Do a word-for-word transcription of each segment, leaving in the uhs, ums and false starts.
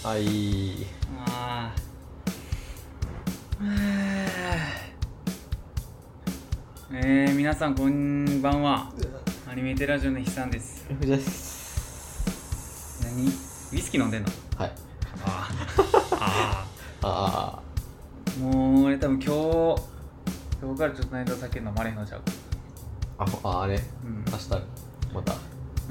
はいあーえー、皆さんこんばんは。アニメテラジオの悲惨です。 藤です。 何ウイスキー飲んでんの？ はいああああもう俺多分今日今日からちょっと何と酒飲まれへんのちゃう。 あああれ、 うん、 明日また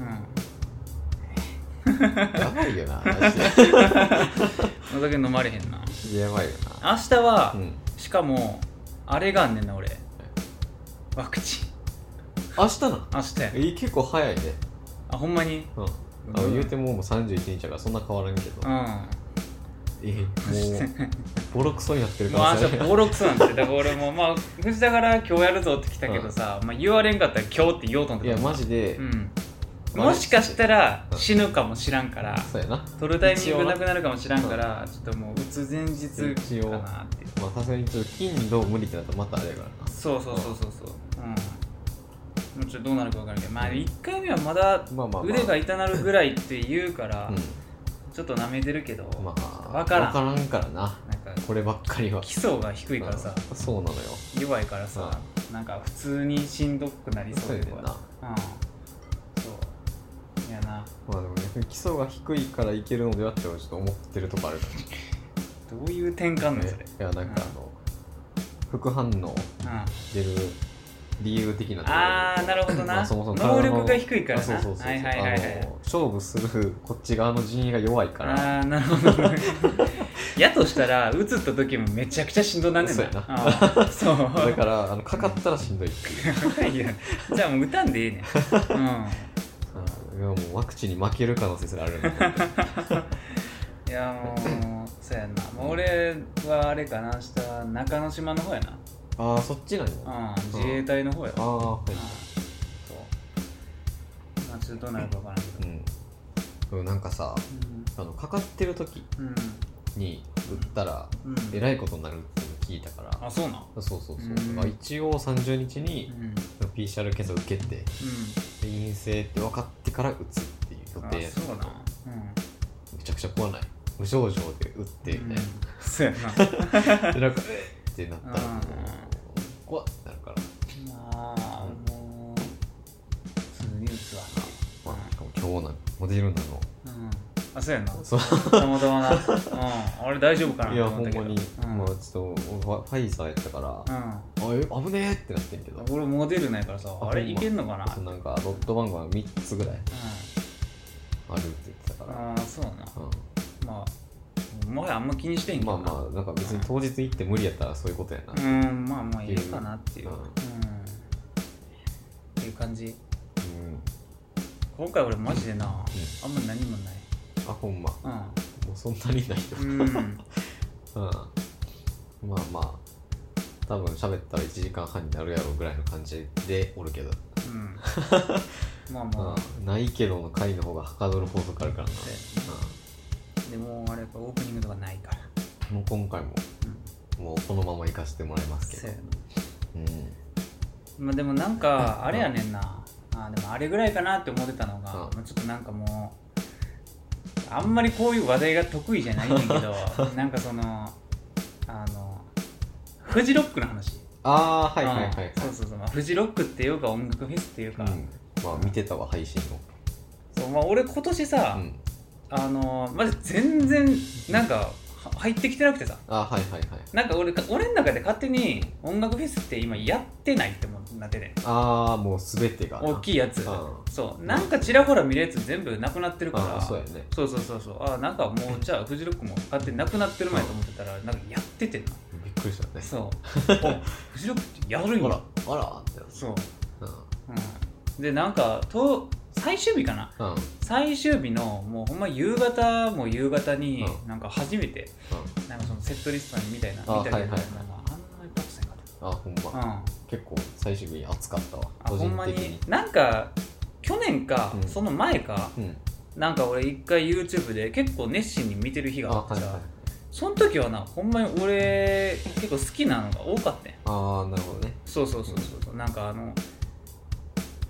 うんやばいよなマジでお酒飲まれへんな。 やばいよな。 明日は、うん、 うん、 しかもあれがあんねんな俺。ワクチン明日な。 明日や。 え結構早いね。 あほんまに。 うん。あ言うてももうさんじゅういちにちだからそんな変わらんけど。 うん。 えもうボロクソになってるかももしれない。 もう明日ボロクソなんて。だから俺もまあ藤田から今日やるぞって来たけどさ、うん、まあ言われんかったら今日って言おうと思ってた。 いやマジで。 うん。もしかしたら死ぬかもしらんから、 そうやな。 取るタイミングなくなるかもしらんから、ちょっともう打つ前日かなって。 まあさすがにちょっと金土無理ってなったらまたあれやからな。 そうそうそうそうそう。うん。もうちょっとどうなるか分からんけど、まあいっかいめはまだ腕が痛なるぐらいって言うから、ちょっと舐めてるけど、 まあ分からん。 分からんからな。なんかこればっかりは。 基礎が低いからさ。 そうなのよ。 弱いからさ、なんか普通にしんどくなりそうで。 そうやな。 うん。そう。いやな。 まあでも逆に基礎が低いからいけるのではって俺ちょっと思ってるとこあるから。 どういう転換なのそれ。いやなんかあの、副反応出る理由的なところで、 ああなるほどな、まあ、そもそも能力が低いからな。そうそうそうそう、はいはいはいはい、 勝負するこっち側の陣営が弱いから。ああなるほどやとしたら打つった時もめちゃくちゃしんどなんねんな。そうやな。あそうだからあのかかったらしんどいっていういやじゃあもう打たんでいいねん。うんいやもうワクチンに負ける可能性すらあるんだいやもうそうやんな。もう俺はあれかな、明日中之島の方やな。 ああそっちなんや。 うん、自衛隊の方や。 ああはい。 そうまあちょっとどうなるか分からんけど、 うん、なんかさ、うん、あのかかってる時に打ったら、うん、えらいことになるって聞いたから。 あそうなん。 そうそうそう、うんまあ、一応さんじゅうにちに ピーシーアール 検査を受けて、うん、陰性って分かってから打つっていう予定やったから。あそうな、うん、めちゃくちゃ怖ない。無症状で打ってみたいな、うん、 そうやなでなんかえっってなったらもう怖っってなるから。 まあもう普通に打つわな。 まあしかも今日なんモデルナの、 うん、あそうやな。そうたまたまな、うん、あれ大丈夫かな。 いやほんまに、うん、まあちょっとファイザーやったから、うん、あえ危ねえってなってんけど、 俺モデルナやからさ、あれいけんのかな。 そうなんかロット番号がみっつぐらいあるって言ってたから。 ああそうな、うん、まあもはやあんま気にしてんけどな。 まあまあなんか別に当日行って無理やったらそういうことやな。 うんまあまあいいかなっていう、うん、っていう感じ、うん、今回俺マジでな、うん、あんま何もない。 あほんま、うん、もうそんなにないよ、うん、うん、まあまあ多分喋ったらいちじかんはんになるやろうぐらいの感じでおるけど、うん、まあまあ、まあ、ないけどの回の方がはかどる法則あるからな。 でもあれやっぱオープニングとかないからもう今回も、うん、もうこのまま行かせてもらいますけど。 うん、まあでもなんかあれやねんな、あでもあれぐらいかなって思ってたのが、うん、ちょっとなんかもうあんまりこういう話題が得意じゃないんだけどなんかそのあのフジロックの話。 ああはいはいはい、はい、 そうそうそう、まあ、フジロックっていうか音楽フェスっていうか、うん、 まあ見てたわ配信の。 そうまあ俺今年さ、うんあのー、まず全然なんか入ってきてなくてさ。 あはいはいはい。 なんか俺俺の中で勝手に音楽フェスって今やってないってもなってね。 ああもう全てが大きいやつ、うん、そうなんかちらほら見るやつ全部なくなってるから。 あそうやね。 そうそうそうそうあなんかもうじゃあフジロックも勝手になくなってる前と思ってたらなんかやっててんの。 びっくりしたね。 そうフジロックってやるんや。 あらあらってそう、うんうん、でなんかと最終日かな、うん、最終日のもうほんま夕方も夕方になんか初めて、うん、なんかそのセットリストみたいな見たけど、はいはいはい、あんなにパクせんかった。 あほんま、うん、結構最終日暑かったわ個人的に。ほんまになんか去年か、うん、その前か、うん、なんか俺一回 YouTube で結構熱心に見てる日があってさ、はいはい、その時はなほんまに俺結構好きなのが多かったん。 ああなるほどね。 そうそうそうそう、うん、なんかあの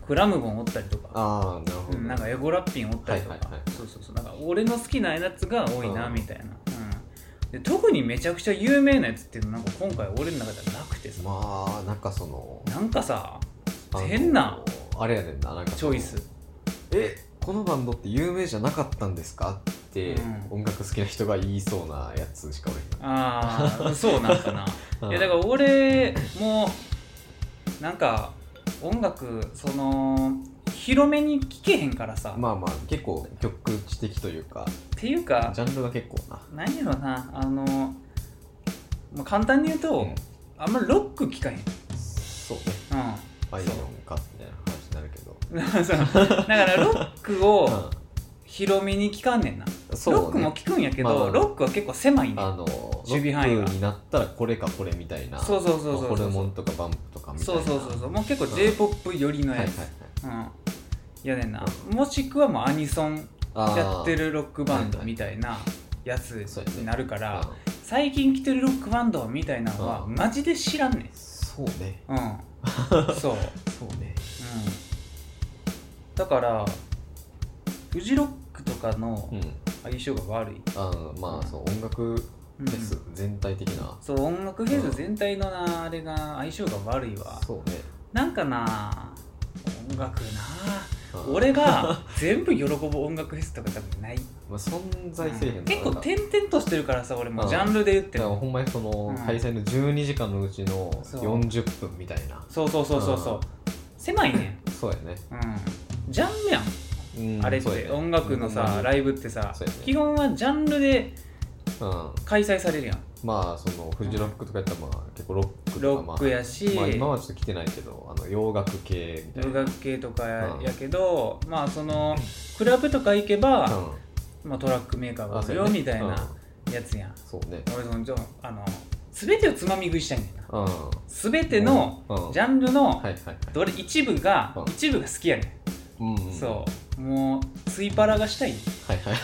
クラムボンおったりとか、 ああなるほど、 うん、なんかエゴラッピンおったりとか、はいはいはい、そうそうそう、なんか俺の好きなやつが多いなみたいな、うん、で特にめちゃくちゃ有名なやつっていうのなんか今回俺の中ではなくてさ、 まあなんかそのなんかさ変なあれやねんな、なんかチョイス、 えこのバンドって有名じゃなかったんですかって、うん、音楽好きな人が言いそうなやつしか俺にああそうなんかな、うん、いやだから俺もなんか音楽その広めに聴けへんからさ、 まあまあ結構局地的というかっていうかジャンルが結構な何やろな、あの、まあ、簡単に言うと、うん、あんまりロック聴かへん。 そうね、うん、アイドルかみたいな話になるけどだからロックを広めに聴かんねんな、うん、ロックも聴くんやけど、まあ、ロックは結構狭いねん、 あの守備範囲がロックになったらこれかこれみたいな、 そうそうそうそう、 ホルモンとかバンプとかみたいな、 そうそうそうそう、もう結構 J-ポップ 寄りのやつ、うん、はいはいはい、うん、やねんな、うん、もしくはもうアニソンやってるロックバンドみたいなやつになるから、はいはい、最近来てるロックバンドみたいなのはマジで知らんねん。 そうね、 うんそうそうね、 うん、だからフジロックとかの相性が悪い、うん、 あまあそう音楽フェス全体的な、うん、 そう音楽フェス全体のなあれが相性が悪いわ。 そうね、 なんかな音楽な俺が全部喜ぶ音楽フェスとか多分ない、 まあ、存在せえへんの、うん、 結構点々としてるからさ、俺もジャンルで言ってる、 ほんまにその、うん、開催のじゅうにじかんのうちのよんじゅっぷんみたいな、 そうそうそうそうそう、うん、狭いねんそうやね、 うん、ジャンルやん、うん、あれって、ね、音楽のさ、うん、ライブってさ、ね、基本はジャンルで開催されるやん、 まあそのフジロックとかやったらまあ結構ロックとか、 ロックやし、 まあ、今はちょっと来てないけどあの洋楽系みたいな、 洋楽系とか や,、うん、やけどまあそのクラブとか行けば、うんまあ、トラックメーカーがあるよみたいなやつやん、 そうね、 俺そのあの全てをつまみ食いしたいんだよな、うん、全てのジャンルのどれ一部が、うん、一部が好きやねん、うんうん、そうもうツイパラがしたい、 はいはい、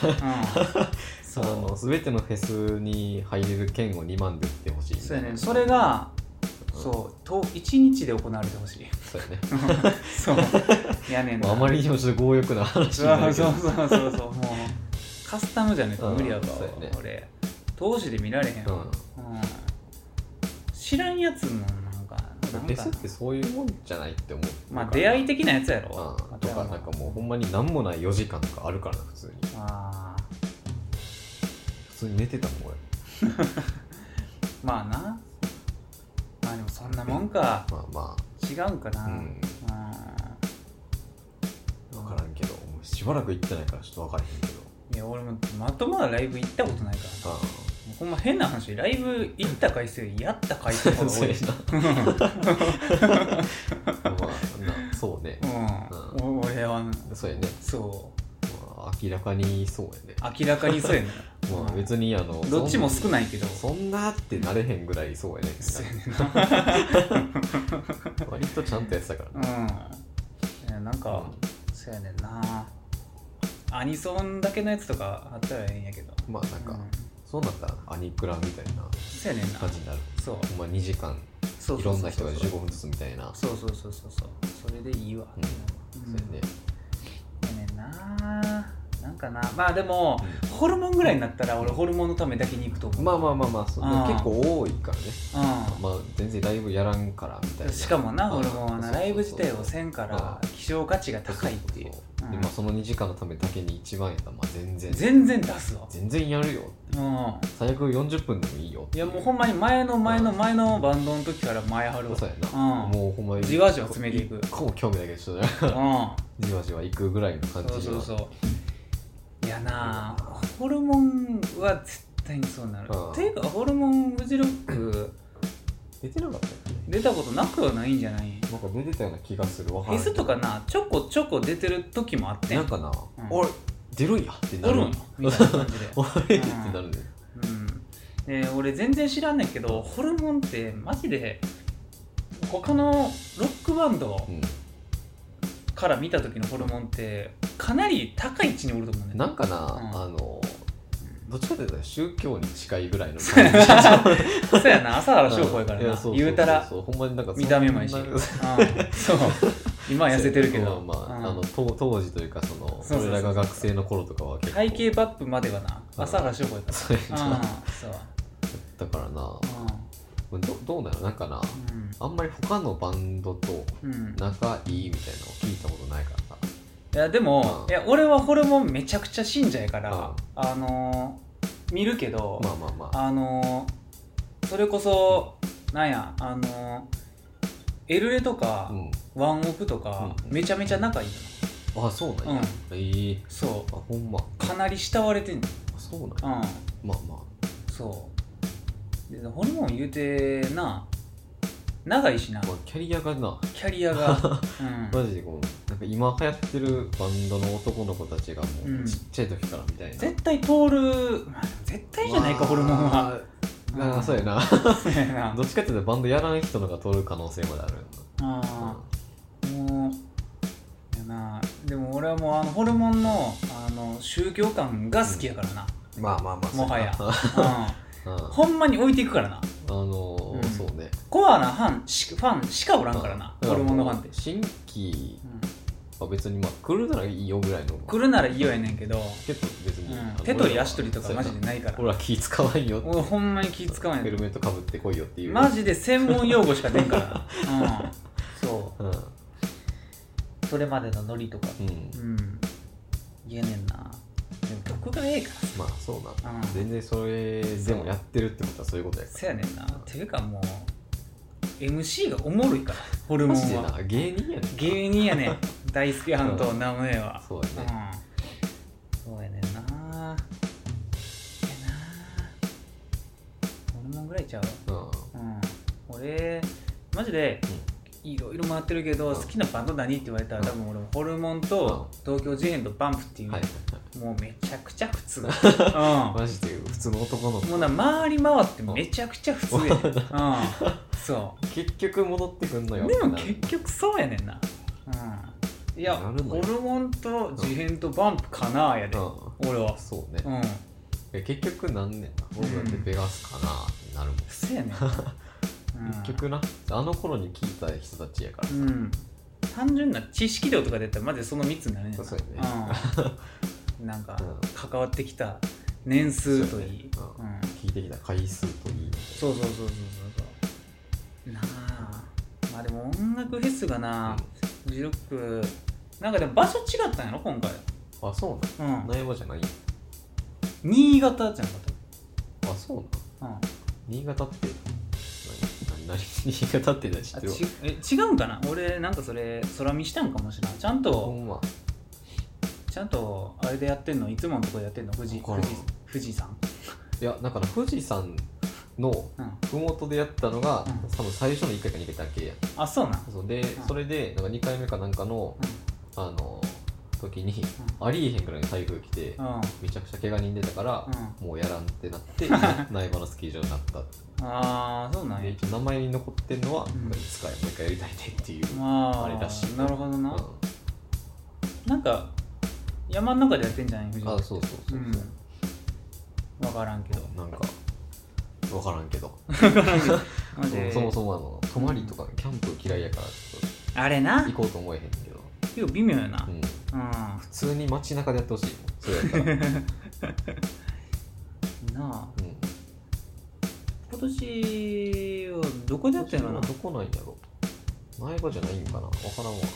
うんあの全てのフェスに入れる券をにまんで売ってほしい、 そうやね、それが、うん、そうといちにちで行われてほしい、 そうやねそうやねんな、 あまりにもちょっと強欲な話になるけど、 そうそうそうそうそう、もうカスタムじゃねえと無理やわ、うんそうやね、俺投資で見られへんわ、うんうん、知らんやつのなんかフェスってそういうもんじゃないって思う、 まあ出会い的なやつやろ、 うん、とかなんかもうほんまになんもないよじかんとかあるからな普通に、 あ普通に寝てたもん俺まあな、まあでもそんなもんか、 まあまあ違うんかな、うん、 分からんけどもうしばらく行ってないからちょっと分からへんけど、 いや俺もまともなライブ行ったことないからな、ほんま変な話、ライブ行った回数やった回数が多いしなまあそうね、 うん、俺はそうやね、 そう、 まあ、明らかにそうやね、 明らかにそうやねまあ別にあのどっちも少ないけどそんなってなれへんぐらいそうやねそうやね割とちゃんとやってたからね、 うん、いやなんか、うん、そうやねんな、アニソンだけのやつとかあったらええんやけど、 まあなんか、うん、そうなったらアニクラみたいな感じになる、 そうほんまにじかんいろんな人がじゅうごふんずつみたいな、 そうそうそうそうそう、それでいいわ、うん、 そうやね、 やねんな、なんかな、まあでも、うん、ホルモンぐらいになったら俺ホルモンのためだけに行くと思う、 まあまあまあまあそう、うん、結構多いからね、うん、まあ全然ライブやらんからみたいな、 しかもなホルモンはなライブ自体をせんから希少価値が高いっていう、 うん、でまあそのにじかんのためだけに一番やったらまあ全然全然出すわ、 全然やるよっていう、うん、最悪よんじゅっぷんでもいいよっていう、 いやもうほんまに前の前の前のバンドの時から前張るわ、 そうやな、うん、もうほんまにじわじわ詰めていく、 こう興味ないけどちょっと、うん、じわじわいくぐらいの感じで、 そうそうそう、いやなホルモンは絶対にそうなる、うん、ていうかホルモンフジロック出てなかったよね、 出たことなくはないんじゃない、 なんか出てたような気がする、 フェスとかなちょこちょこ出てる時もあってん、 なんかな、うん、俺出るんやってなる、 おるんやみたいな感じでおれってなるね、 うん、で俺全然知らんねんけどホルモンってマジで他のロックバンド、うんから見た時のホルモンってかなり高い位置におると思うね。 なんかな、うん、あのどっちかというと宗教に近いぐらいの感じそうやな、朝原翔子やからな、言うたらそうほんまになんか見た目もいいし、うん、そう今は痩せてるけど、 まあ、まあ、うん、あの当当時というかそのそうそうそうそう俺らが学生の頃とかは結構体型バップまではな朝原翔子やったそうやな、 うん、そうだからな、うん、ど, どうなのなんかな、うん、あんまり他のバンドと仲いいみたいなのを聞いたことないからさ、 いやでも、うん、いや俺はホルモンめちゃくちゃ信者やから、うん、あのー、見るけど、 まあまあまあ、 あのー、それこそ、うん、なんやあのー、エルレとか、うん、ワンオクとか、うん、めちゃめちゃ仲いいの。あ、そうなんや、うん、えー、 そうあ、ほんまかなり慕われてんの。 あ、そうなんや、うん、まあまあそうでホルモン言うてな長いしな、 まあ、キャリアがなキャリアが、うん、 マジでこうなんか今流行ってるバンドの男の子たちがもうちっちゃい時からみたいな、うん、 絶対通る、まあ、絶対じゃないか、まあ、ホルモンはああ、そうやなどっちかっていうとバンドやらん人のが通る可能性まであるああ、うん、もうやな。でも俺はもうあのホルモンのあの宗教観が好きやからな、 うん、まあまあまあもはや、うんうん、ほんまに置いていくからな、 あのーうん、そうね、 コアなファンしファンしかおらんからな、ホルモンのファンって新規は別にまあ来るならいいよぐらいの、 来るならいいよやねんけど、 結構別に、 うん、手取り足取りとかマジでないから、 俺は気使わんよって、 俺ほんまに気使わんよ、 ヘルメットかぶってこいよっていう、 マジで専門用語しか出んからな、うん、そう、うん、それまでのノリとか、うんうん、言えねんな。でも曲がええからまあそうな、うん、全然それでもやってるってことはそういうことやから、 そうやねんな、うん、ていうかもう エムシー がおもろいからホルモンはマジでな芸人やねん芸人やねん大輔班とナムエは、 そうやね、 うん、そうやねんな、やなホルモンぐらいちゃう、うんうん、俺マジで、うん、いろいろ回ってるけど、うん、好きなバンド何って言われたら、うん、多分俺ホルモンと、うん、東京事変とバンプっていう、はいはい、もうめちゃくちゃ普通、うん、 マジで普通の男の子もうな回り回ってめちゃくちゃ普通やねん、うん、そう結局戻ってくんのよ。 でも結局そうやねんな、うん、いやホルモンと事変とバンプかなやで、うん、俺はそうね、うん、え結局なんねんな僕だってベガスかなってなるもん、 そうやねん結局なあの頃に聞いた人たちやからさ、うん、 単純な知識量とかでやったらマジでそのみっつになるねんな。 そうやね、 うん、なんか関わってきた年数といい、ね、 うんうん、聞いてきた回数といい、 そうそうそうそうそうなあ。まあでも音楽フェスがな、フジロックなんかでも場所違ったんやろ今回。 あ、そうなの、うん、苗場じゃない、 新潟じゃなかった。 あ、そうなの、うん、新潟って何新潟って何知ってるわ。 え違うんかな、俺なんかそれ空見したんかもしれない。ちゃんと、ほんまちゃんとあれでやってんの、いつものとこでやってんの、富士富士富士山。 いやだから富士山のふもとでやったのが、うん、多分最初のいっかいかにかいだけやん。 あ、そうなん。 そうで、うん、それでなんかにかいめかなんかの、うん、あの時に、うん、ありえへんくらいの台風来て、うん、めちゃくちゃ怪我人出たから、うん、もうやらんってなって苗場のスキー場になった。 ああ、そうなんや。 で一応名前に残ってんのは、うん、いつかもう一回やりたいねっていう、 あ, あれらしい。 なるほどな、うん、なんか山の中でやってんじゃない？ あ、そうそうそうそう、うん、 分からんけど、 なんか分からんけどマジそもそもあの泊まりとかキャンプ嫌いやからちょっとあれな行こうと思えへんけど、 結構微妙やな、 うんうん、普通に街中でやってほしいもんそれやったらなあ、うん、今年はどこでやってんのかな。 どこなんやろ、苗場じゃないんかな、分からんわ。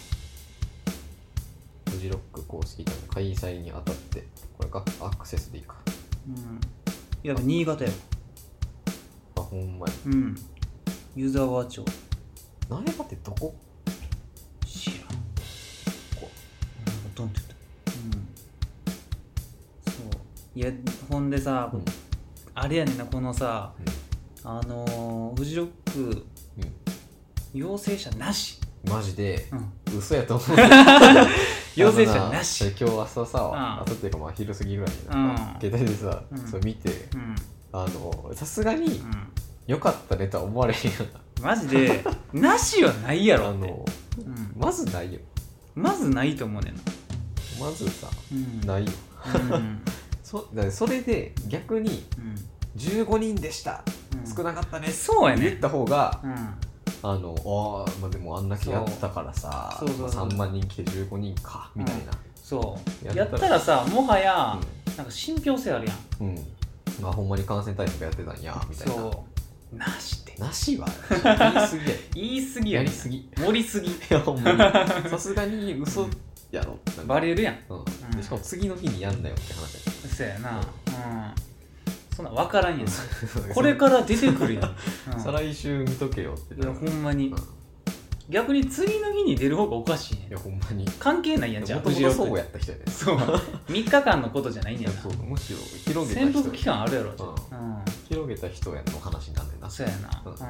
フジロック公式展開催にあたってこれかアクセスでいいか、 うん、いや新潟よ。 あ、ほんまや。 うん、湯沢町。 苗場ってどこ？ 知らん。ここなんかドンって言った。うん、そういやほんでさ、うん、あれやねんな、このさ、うん、あのー、フジロック、うん、陽性者なし。 マジで、うん、嘘やと思う陽性者なし。 今日朝さ、うん、朝っていうかまあ昼過ぎぐらいに、うん、携帯でさ、うん、それ見て、うん、あのさすがに、うん、よかったねとは思われへんよな。マジでなしはないやろって。あの、 うん、まずないよ。 まずないと思うねんな。 まずさ、うん、ないよ、うん、そ, だそれで逆に、うん、じゅうごにんでした、うん、少なかったねそうやね言った方が、 うん、 あのあ、まあ、でもあんだけやったからさそうそうそうそうさんまんにん来てじゅうごにんかみたいな、うん、 そうやったら、やったらさもはや、うん、なんか信憑性あるやん、うん、 まあほんまに感染対策やってたんやみたいな。 そうなしってなしは言い過ぎや言い過ぎややりすぎ盛りすぎいやほんまにさすがに嘘やろバレるやん、 うんうん、でしかも次の日にやんなよって話やそうやな、うん、そんなん分からんやんこれから出てくるやん、 うん、再来週見とけよって。 いやほんまに、うん、逆に次の日に出る方がおかしいねん。 いやほんまに関係ないやん。じゃあもともとそうやった人やね。 そうみっかかんのことじゃないんやな。 そうむしろ広げた人潜伏期間あるやろ、うんうん、広げた人やの話になんねんな。 そうやな、うん、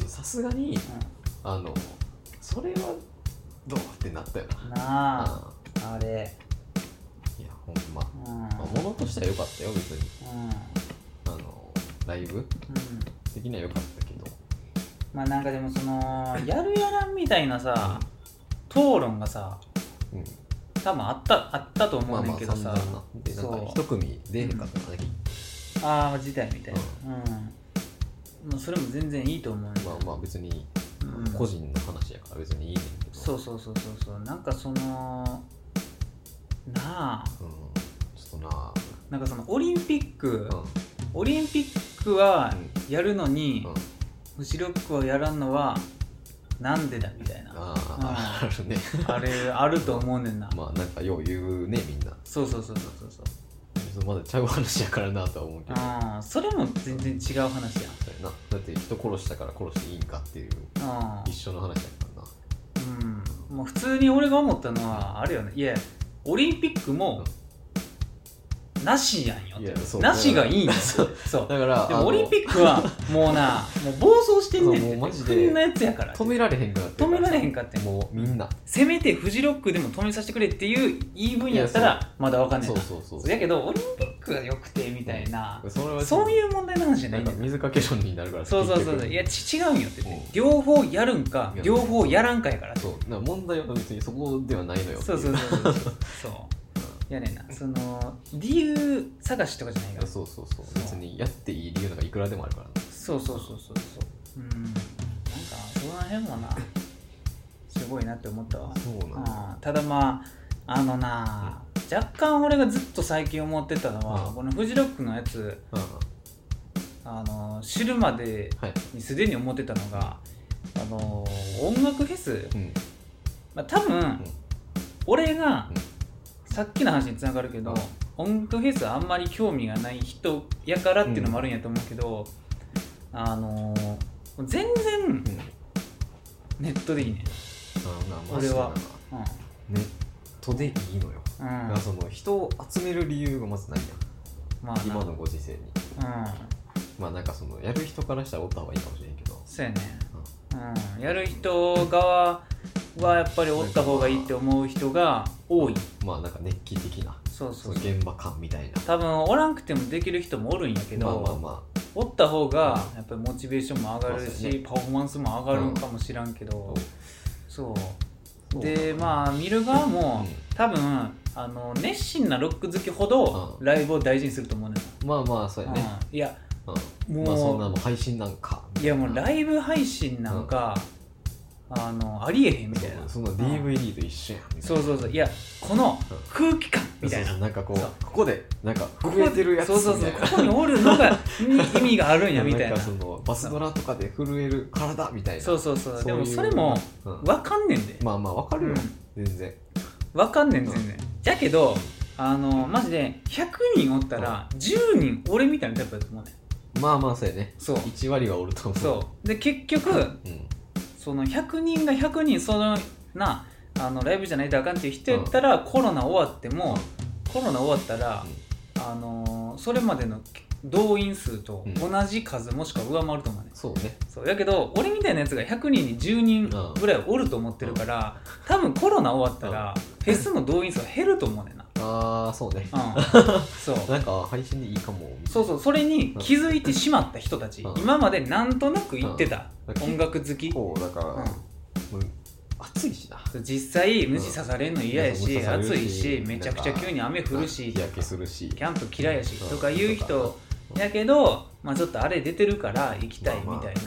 さすがに、うん、あのそれはどうってなったよな。 なあ、うん、あれいやほんま、うんまあ、物としては良かったよ別に、うん、あのライブ、うん、的には良かったけど、 まあなんかでもそのやるやらんみたいなさ、うん、討論がさ、うん、多分あったあったと思うねんけどさ、まあまあ、 なでなんか一組出へんかったからね、 うん、ああ自体みたいな、うん、うん、まあ、それも全然いいと思うねん。 まあまあ別に、うん、個人の話やから別にいいねんけど、 そうそうそうそうそうなんかそのなあ、うん、 ちょっとななんかそのオリンピック、うん、オリンピックはやるのに、うん、フジロックをやらんのはなんでだみたいな、 ああ、あるねあれあると思うねんな。 まあなんかよう言うねみんな。 そうそうそうそうそうそうまだちゃう話やからなとは思うけど、 あそれも全然違う話やん。そうやな。だって人殺したから殺していいんかっていう一緒の話やからな。 うん、もう普通に俺が思ったのはあれよね。いやオリンピックもなしやんよって。なしがいいんよ。そうだからでもオリンピックはもうなもう暴走してんねんって。 もうマジでこんなやつやから止められへんくなって止められへんかってもうみんなせめてフジロックでも止めさせてくれっていう言い分やったらまだわかんない。 そうそうそうそう。 やけどオリンピックが良くてみたいな、 うん、それはそういう問題の話じゃないんだよ。 水かけ論になるから。 そうそうそうそう。いやち違うんよって、うん、両方やるんか両方やらんかやから。 そうな問題は別にそこではないのよ。 そうそうそうそうそういやねんな、その理由探しとかじゃないから。 そうそうそう。別にやっていい理由なんかいくらでもあるから、ね、 そうそうそうそうそう。うんなんかその辺もなすごいなって思ったわ。 そうなんあただまああのな、うん、若干俺がずっと最近思ってたのは、うん、このフジロックのやつ、うん、あの知るまでにすでに思ってたのが、はい、あの音楽フェス、うんまあ、多分、うん、俺が、うんさっきの話につながるけど、うん、音楽フェスあんまり興味がない人やからっていうのもあるんやと思うけど、うん、あのー、全然ネットでいいね、うん、俺は、うん、 ネットでいいのよ、うん、だからその人を集める理由がまずないやん、まあ、今のご時世に、うん、まあなんかそのやる人からしたらおった方がいいかもしれんけど、 そうやね、うん、やる人側はやっぱりおった方がいいって思う人が多い。 まあなんか熱気的なそうそうそう現場感みたいな。 多分おらんくてもできる人もおるんやけど、まあまあまあおった方がやっぱりモチベーションも上がるし、まあね、パフォーマンスも上がるんかもしらんけど、うん、そうでまあ見る側も、うん、多分あの熱心なロック好きほどライブを大事にすると思うねん。 まあまあそうやね、 うん、いや、 うん、もう、まあ、そんなもん配信なんかいやもうライブ配信なんか、うん、あのありえへんみたいな。 その ディーブイディー と一緒やんみたいな。 そうそうそういやこの空気感みたいな、 そうそうなんかこうここでなんか震えてるやつみたいな。 そうそうそうここにおるのが意味があるんやみたいな。 なんかそのバスドラとかで震える体みたいな。 そうそうそうでもそれも分かんねんで、 うん、まあまあ分かるよ、うん、全然分かんねん全然、うん、じゃけどあのマジでひゃくにんおったらじゅうにん俺みたいなタイプだと思うねん。 まあまあそうやね。 そういち割はおると思う。 そうで結局、うん、そのひゃくにんがひゃくにんそのなあのライブじゃないとあかんっていう人やったら、うん、コロナ終わっても、うん、コロナ終わったら、うん、あのー、それまでの動員数と同じ数もしくは上回ると思うね、うん、そうね。そうやけど俺みたいなやつがひゃくにんにじゅうにんぐらいおると思ってるから、うん、多分コロナ終わったら、うん、フェスの動員数が減ると思うねんな。 ああそうね、うん、そうなんか配信でいいかも。 そうそうそれに気づいてしまった人たち、うん、今までなんとなく言ってた、うん、音楽好きそうだから、うん、暑いしな。 実際虫刺されんの嫌やし、うん、暑いしめちゃくちゃ急に雨降るし日焼けするしキャンプ嫌いやし、うん、とか言う人やけど、まあ、ちょっとあれ出てるから行きたいみたいな、まあまあ、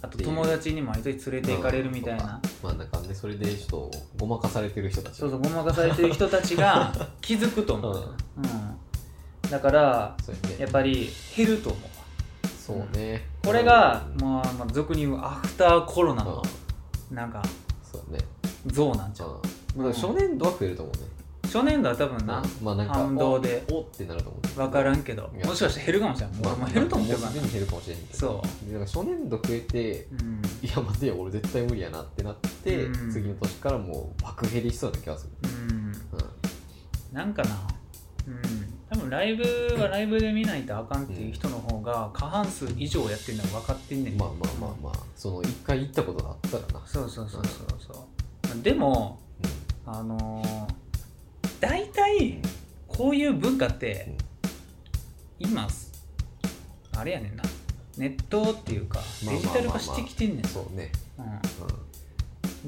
あと友達に毎年連れて行かれるみたいな、 まあなんかね、それでちょっとごまかされてる人たち、 そうそうごまかされてる人たちが気づくと思う、うんうん、だからそう、ね、やっぱり減ると思う。 そうね、 これが、まあ、まあ俗に言うアフターコロナのなんかそうね像なんちゃう、 うん、初年度は増えると思うね。 初年度は多分な、 まあなんか反動でおってなると思う。 分からんけど、もしかして減るかもしれない。まあ、まあ減ると思うけどな。 すでに減るかもしれへんけど。そう。だから初年度増えて、うん、いや待てよ俺絶対無理やなってなって、うん、次の年からもう爆減りしそうな気がする。うん。うん、 なんかな、うん。多分ライブはライブで見ないとあかんっていう人の方が過半数以上やってるのは分かってんねん。 まあまあまあまあ、その一回行ったことがあったらな。 そうそうそうそうそう。でも、うん、あのー、大体こういう文化って今あれやねんな、ネットっていうかデジタル化してきてんねん。 そうね、うん、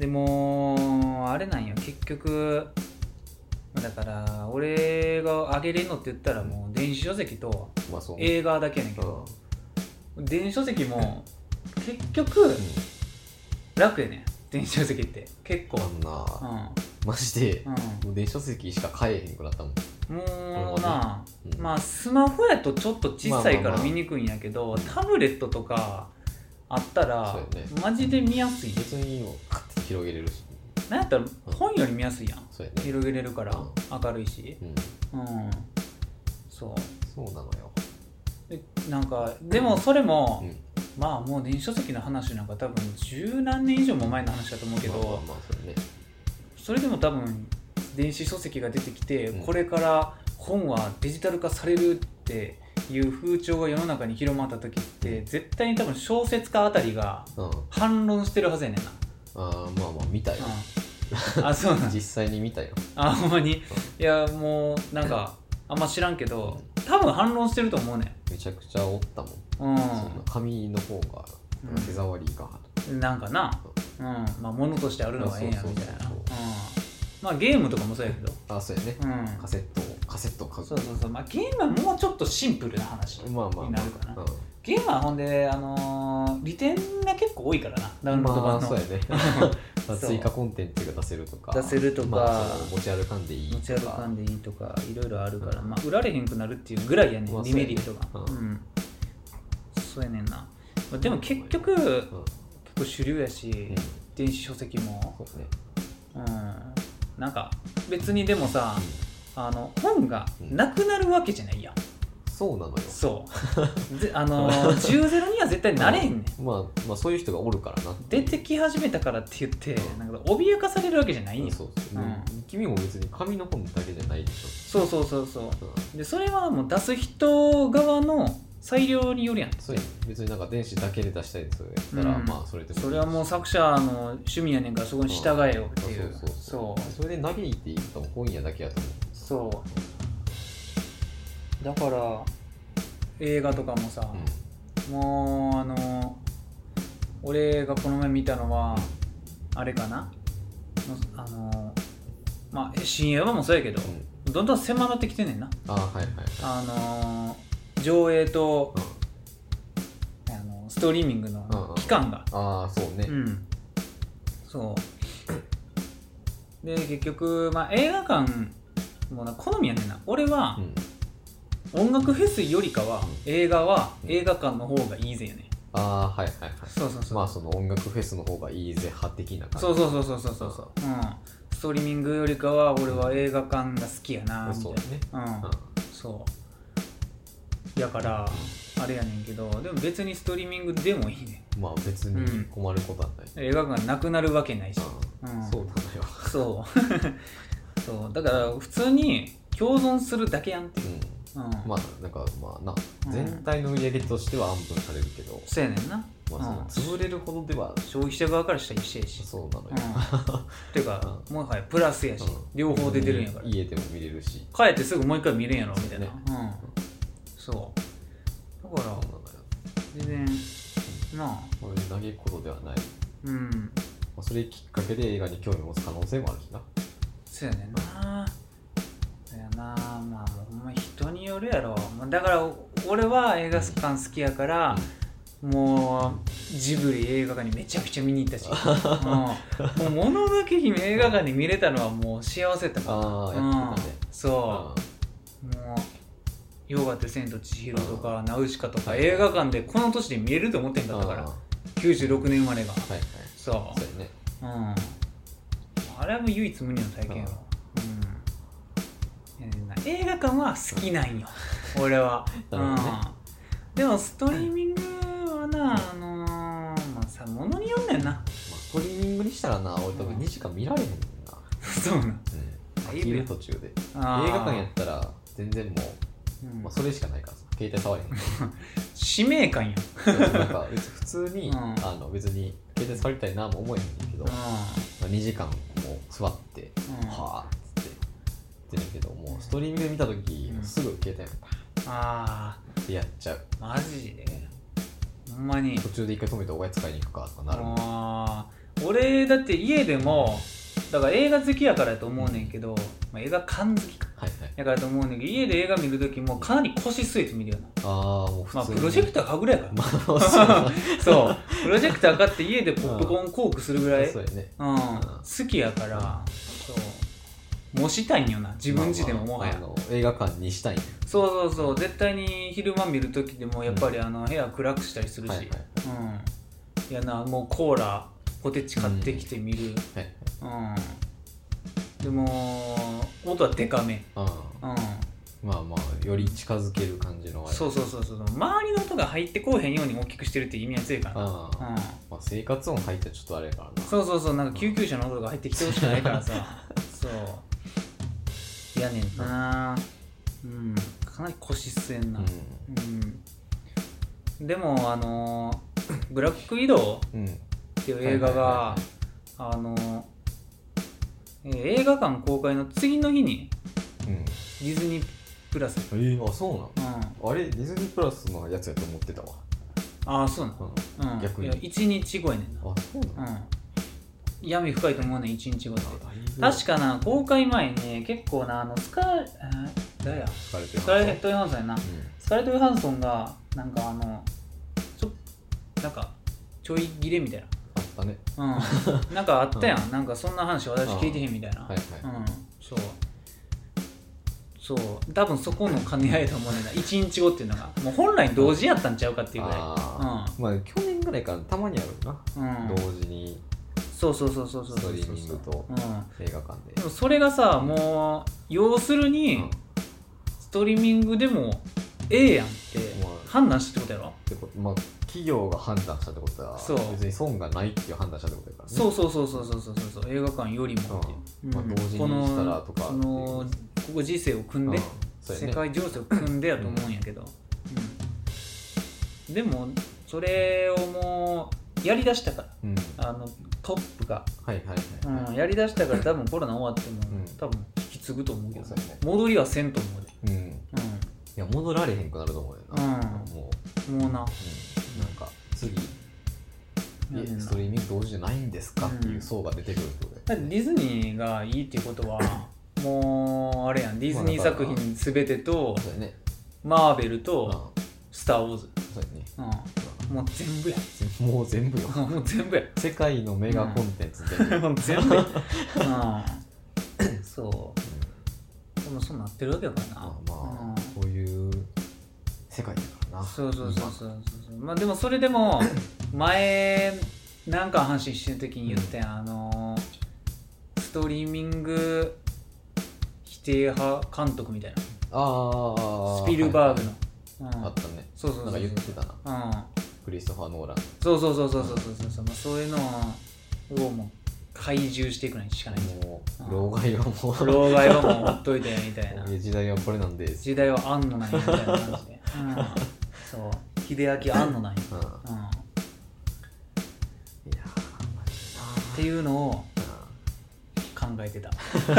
でもあれなんよ結局。だから俺があげれんのって言ったらもう電子書籍と映画だけやねんけど、うん、電子書籍も結局楽やねん。電子書籍って結構あんな、うん、マジで、うん、もう電子書籍しか買えへんくなったもん。 もうな、うん、まあスマホやとちょっと小さいから見にくいんやけど、まあまあまあ、タブレットとかあったら、ね、マジで見やすい。 別にもうカッて広げれるし、 なんやったら本より見やすいやん、 そうやね、 広げれるから、うん、明るいし、うん、うん、そうそうなのよ。 でなんかでもそれも、うん、まあもう電子書籍の話なんか多分十何年以上も前の話だと思うけど、まあまあまあそれね、それでも多分電子書籍が出てきて、うん、これから本はデジタル化されるっていう風潮が世の中に広まった時って、絶対に多分小説家あたりが反論してるはずやねんな。 ああまあまあ見たよ、 うん、あそうなん実際に見たよ。 あほんまに、うん、いやもうなんかあんま知らんけど、多分反論してると思うねん。 めちゃくちゃおったもん、うん、その紙の方が手触りが、 うん、なんかな、うん、まあ物としてあるのがええんやみたいな。まあゲームとかもそうやけど、 あそうやね、うん、カセットカセット買う。 そうそうそう、まあゲームはもうちょっとシンプルな話になるかな。まあまあまあ、うん、ゲームはほんで、あのー、利点が結構多いからな、ダウンロード版の。まあそうやね追加コンテンツが出せるとか、出せるとか、まあ、持ち歩かんでいいとか、持ち歩かんでいいとか、いろいろあるから、うん、まあ売られへんくなるっていうぐらいやねん、まあ、デメリットが。そうやね、うん、そうやねんな。でも結局、うん、結構主流やし、うん、電子書籍も。そうね、うん、なんか別にでもさ、うん、あの本がなくなるわけじゃないやん。 そうなのよ。 そうであのじゅうゼロには絶対なれへんねん、 うん、まあ、まあそういう人がおるからな。 出てき始めたからって言って、うん、なんか脅かされるわけじゃないんよ。そうそう、うん、 君も別に紙の本だけじゃないでしょ。そうそうそうそう、うん、でそれはもう出す人側の裁量によるやん。 そうや、別になんか電子だけで出したりするやったら、うん、まあそれでもそれはもう作者の趣味やねんからそこに従えよっていう、うん、そうそうそうそう、 それで嘆いていいと本屋だけやと思う。 そうだから映画とかもさ、うん、もうあの俺がこの前見たのはあれかな、あのまあ新映画もそうやけど、うん、どんどん狭まってきてんねんな。 あ、はいはいはい、 あの上映と、うん、あのストリーミングの期間が、 うんうん、ああそうね、うん、 そうで結局、まあ、映画館もうな好みやねんな俺は、うん、音楽フェスよりかは、うん、映画は映画館の方がいいぜよね。 ああはいはいはい、そうそうそう、まあその音楽フェスの方がいいぜ派的な感じ。 そうそうそうそうそうそうそう、うん、ストリーミングよりかは俺は映画館が好きやなみたいな、そうだね、うん、うん、そうだから、うん、あれやねんけど、でも別にストリーミングでもいいね。 まあ別に困ることはない、 うん、映画館がなくなるわけないし、 うん、そうなのよそうそうだから普通に共存するだけやんっていう、 うんうん、まあなんかまあな、うん、全体の売り上げとしては安分されるけど、 そうやねんな、 まあ、その潰れるほどでは、 消費者側からしたら一緒やし、 そうなのよ、 うん、っていうか、うん、もはやプラスやし、うん、両方出てるんやから、 家でも見れるし帰ってすぐもう一回見れんやろみたいな、ね、うん、そうだから全然なあこれ嘆くことではない、 うん、 まあ、それきっかけで映画に興味を持つ可能性もあるしな。 そうやねんな。そうやな、まあほんま人によるやろ。だから俺は映画館好きやから、うん、もジブリ映画館にめちゃくちゃ見に行ったし、うん、もうもののけ姫映画館に見れたのはもう幸せだったから。 ああやってたね、 うん、そうもうヨガって千と千尋とかナウシカとか映画館でこの年で見れると思ってんかったからきゅうじゅうろくねん生まれが、はいはい、そうそうやね、うん、あれはもう唯一無二の体験は、うん、映画館は好きなんよ俺は、うん、でもストリーミングはな、あのー、まあさ、ものによんねんな、まあ、 ストリーミングにしたらな、俺多分にじかん見られへんねんな、 そうなん、うん、 飽きる途中で映画館やったら全然もううんまあ、それしかないからさ、携帯触れへん使命感やんなんか別普通に、うん、あの別に携帯触りたいなも思えへんねんけど、うんまあ、にじかんも座って、うん、はぁっつって言ってるけど、もうストリーミングで見たとき、うん、すぐ携帯をパーンってやっちゃう。 マジでほんまに途中で一回止めておやつ買いに行くかとかなるもん。 あ俺だって家でもだから映画好きやからやと思うねんけど、まあ、映画館好きか、はいはい、やからと思うねんけど、家で映画見るときもかなり腰据えて見るよな。 ああもう普通に、まあ、 プロジェクター買うぐらいやから、まあ、そうプロジェクター買って家でポップコーンコークするぐらい、うんねうん、好きやから、そう模したいんよな自分家でももはや、まあまあ、 あの映画館にしたいん、ね、 そうそうそう絶対に昼間見るときでもやっぱりあの部屋暗くしたりするし、はいはいうん、いやなもうコーラポテチ買ってきて見る、うんはいうん、でも音はデカめ、うん、うん、 まあまあより近づける感じのあれそうそうそうそう周りの音が入ってこうへんように大きくしてるって意味は強いからな、うんまあ、生活音入ったらちょっとあれやからなそうそうそうなんか救急車の音が入ってきてほしくないからさそういやねんなうんかなり腰据えんな、うんうん、でもあのー、ブラック移動、うんっていう映画が、はいはいはいはい、あの、えー、映画館公開の次の日に、うん、ディズニープラスえー、あそうなの、うん、あれディズニープラスのやつやと思ってたわああそうなの、うん、逆にいやいちにちごやねんなあそうなの、うん、 闇深いと思うねんいちにちごって確かな公開前にね結構なあのスカー、えー、誰やスカーレット・ヨハンソンやな、うん、スカーレット・ヨハンソンがなんかあのちょなんかちょい切れみたいなあったね、 うん、なんかあったやん、うん、なんかそんな話私聞いてへんみたいな、はいはい、うん、そうそう多分そこの兼ね合いと思うねんないちにちごっていうのがもう本来同時やったんちゃうかっていうぐらい、 あ、うん、まあ去年ぐらいからたまにあるな、うん、同時にそうそうそうそうそうストリーミングと映画館で、 でもそれがさもう要するに、うん、ストリーミングでもええやんって判断したってことやろ、 ってことまあ企業が判断したってことはそう別に損がないっていう判断したってことだからねそうそうそうそうそうそうそう映画館よりもって、 うんまあ、同時にしたらとかこのここ時世を組んで、うんね、世界情勢を組んでやと思うんやけど、うん、でもそれをもうやりだしたから、うん、あのトップが、はいはいはいはいうん、やりだしたから多分コロナ終わっても、うん、多分引き継ぐと思うけど、ね、戻りはせんと思うで、うんうん、いや戻られへんくなると思うよな、うん、もうもうな、うん、なんか次ストリーミング同時じゃないんですかっていう層が出てくるってことで、 うん、ディズニーがいいっていうことはもうあれやんディズニー作品全てと、まあね、マーベルとスター・ウォーズそうやね、うん、もう全部やもう全部よもう全部や世界のメガコンテンツ全部、 うん、全部や、うん、そう、うん、そうなってるわけだからな、 まあまあ、うん、こういう世界だからなそうそうそうそうそうまあでもそれでも前なんか話してる時に言ったやん、うん、あのストリーミング否定派監督みたいなあスピルバーグの、 はいはいうん、あったねそうそうそうなんか言ってたな、うん、クリストファー・ノーランそうそうそうそうそうそうそう、まあ、そういうのをもう懐柔していくのにしかないもう老害はもう老害はもうほっといてみたいな時代はこれなんで時代はあんのなんやみたいな感じで、うん、そう秀明あんのなんや、うんうん、いやマジなっていうのを考えてた、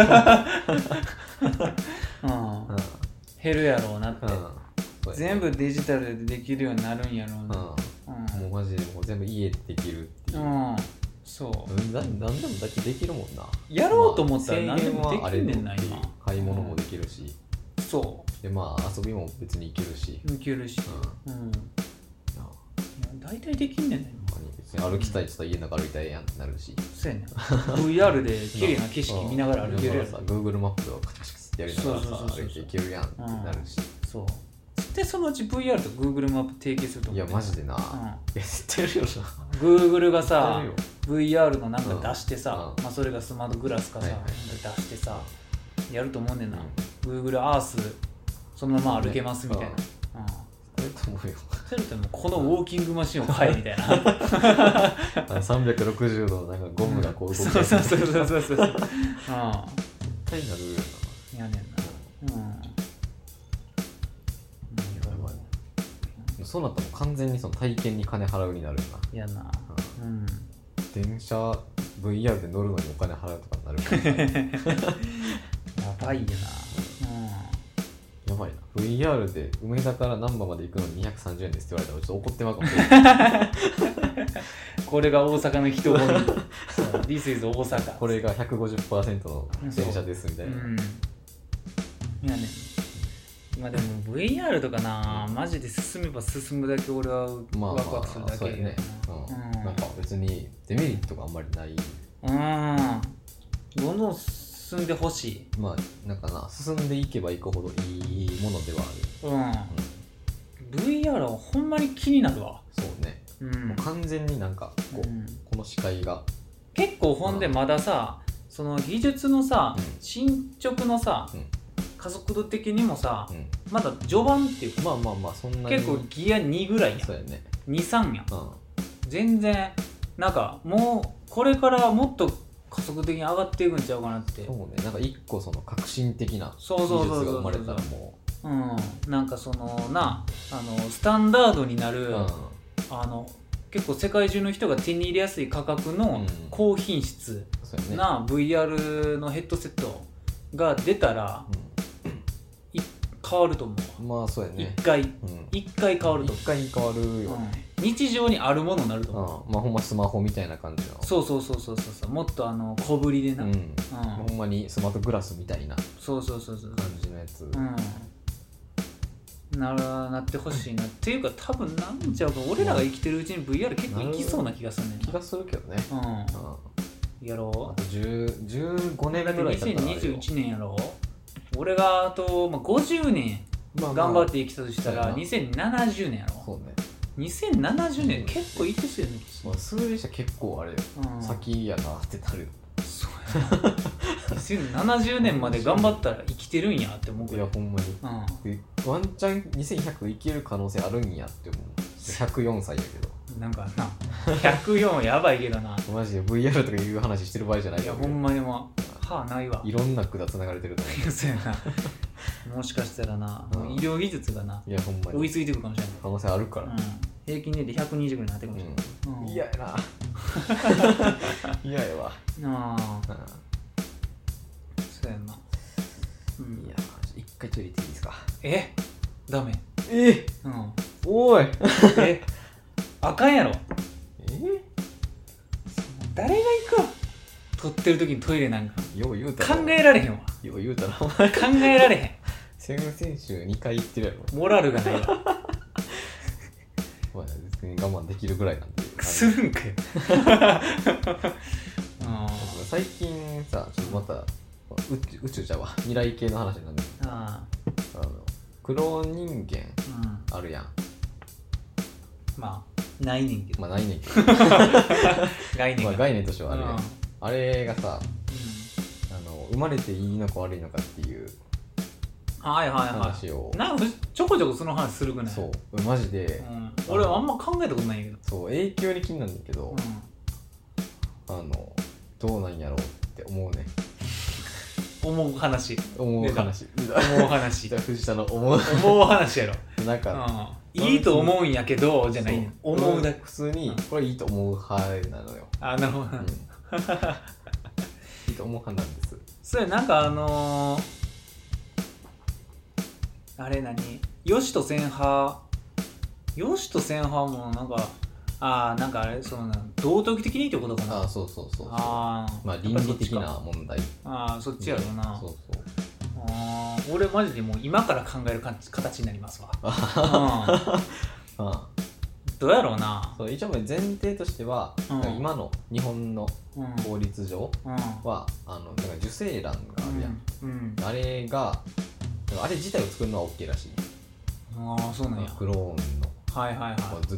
うんうん、減るやろうなって、うん、全部デジタルでできるようになるんやろうな、 うんうん、もうマジでもう全部家でできるっていう、うんそうな何でもだけできるもんなやろうと思ったら何でもできるねんな今買い物もできるし、 うん、そうでまあ遊びも別に行けるし行けるしうん、うん、いや大体できんねんね歩きたいって言ったら家の中歩いたらええやんってなるし、 そうやね ブイアール で綺麗な景色見ながら歩けるやん。 Google マップをカチカチカチってやりながらさ歩いていけるやんってなるし、 そう絶対そのうち ブイアール と Google マップ提携すると思う。 いやマジでな、うん、いや知ってるよな。 Google がさ ブイアール のなんか出してさ、うん、まあ、それがスマートグラスかさ、はいはいはい、出してさやると思うねんな、うん、Google Earth そのまま歩けますみたいな、ね、うん、 それと思うよ。 それともこのウォーキングマシンを買えみたいなさんびゃくろくじゅうどのなんかゴムがこう動く、うん、 そうそうそうそうそうそう、うん、絶対なるよな。 やねんな、うんそうなったら完全にその体験に金払うになるよな。 いやな、 うん、電車 ブイアール で乗るのにお金払うとかになるからやばいよな、 うん、やばいな。 ブイアール で梅田から難波まで行くのににひゃくさんじゅうえんですって言われたらちょっと怒ってまうかもしれないこれが大阪の人混みThis is 大阪、 これが ひゃくごじゅっパーセント の電車ですみたいな、うん、 いやね、まあでも ブイアール とかな、マジで進めば進むだけ俺はワクワクするだけ、まあまあそうやね、うんうん、なんか別にデメリットがあんまりない、 うん、どんどん進んでほしい。 まあなんかな、進んでいけばいくほどいいものではある、 うんうん、ブイアール はほんまに気になるわ。 そうね、うん、もう完全になんかこう、うん、この視界が結構ほんでまださ、うん、その技術のさ、うん、進捗のさ、うん、加速度的にもさ、うん、まだ序盤っていうか、 まあまあまあそんなに結構ギアにぐらいやん。 そうやね、 に、さんやん、うん、全然なんかもうこれからもっと加速的に上がっていくんちゃうかなって。 そうね、なんか一個その革新的な技術が生まれたらもう、うん、なんかそのな、あのスタンダードになる、うん、あの結構世界中の人が手に入れやすい価格の高品質な ブイアール のヘッドセットが出たら、うん、変わると思う。 まあそうやね、 一回、うん、一回変わると思う。 一回変わるよね、 うん、日常にあるものになると思う、 うん、まあほんまスマホみたいな感じの、 そうそうそうそうそう、もっとあの小ぶりでな、うんうん、 ほんまにスマートグラスみたいなそうそうそうそう感じのやつ、 うん、ならなってほしいなっていうか、多分なんちゃうか、俺らが生きてるうちに ブイアール 結構いきそうな気がするねんな。 気がするけどね、うん、うん、 やろう。 あとじゅう、じゅうごねんぐらい経ったら、 にせんにじゅういちねんやろ。俺があと、まあ、ごじゅうねん頑張って生きたとしたら、まあまあ、にせんななじゅうねんやろ。そうね、にせんななじゅうねん結構いってそうやね、 まあ、数字じゃ結構あれよ、うん、先やなってなるよ。 そうやなにせんななじゅうねんまで頑張ったら生きてるんやって思うけど。 いやほんまに、うん、ワンチャンにせんひゃくいける可能性あるんやって思う。ひゃくよんさいやけどなんかなひゃくよんやばいけどなマジで ブイアール とかいう話してる場合じゃないよ。 いやほんまにもう歯ないわ。 いろんな管つながれてると思うそうやなもしかしたらな、うん、医療技術がな、 いやほんまに追いついてくるかもしれない。 可能性あるから、うん、 平均年齢ひゃくにじゅうぐらいになってくるかもしれない。 嫌、うん、やな嫌やわ。ああ、うん、 そうやな、 うん、いや一回トイレ行っていいですか。 えダメ。 えうん、おいえあかんやろ。え誰が行くわ撮ってる時にトイレなんか。 よう言うた考えられへんわ。 よう言うたら考えられへん。 先々週にかい行ってるやろ。 モラルがないわまあ別に我慢できるぐらいなんでするんかよ最近さ、ちょっとまた宇宙、宇宙じゃわ未来系の話なんだけど、ああのクローン人間あるやん、うん、 まあないねんけど、 まあないねんけど概念、 まあ、概念としてはあるやん、うん、あれがさ、うん、あの生まれていいのか悪いのかっていうはいはいはい話を、 なんかちょこちょこその話するくない？ そうマジで、 うん、俺はあんま考えたことないけど、 そう影響に気になるんだけど、うん、あのどうなんやろうって思うね。 思う話思う話思う話藤田の思う思う話やろなんか、 うん、いいと思うんやけどじゃない、思うだけ。 普通にこれいいと思う派なのよ。 あ、なるほど、うん、 いいと思う派なんです。 それなんかあのー、あれ何よしとせん派よしとせん派もなんかああなんかあれその道徳的にってことかな。 ああそうそうそうそう。あまあ倫理的な問題。 ああそっちやろうな。 そうそう。 ああ俺マジでもう今から考える形になりますわ。ああどうやろうな。 そう一応前提としては、うん、今の日本の法律上は、うん、あのだから受精卵があるやん、うんうん、あれがあれ自体を作るのは OK らしい。 ああそうなんや。 クローンのはいはいはい。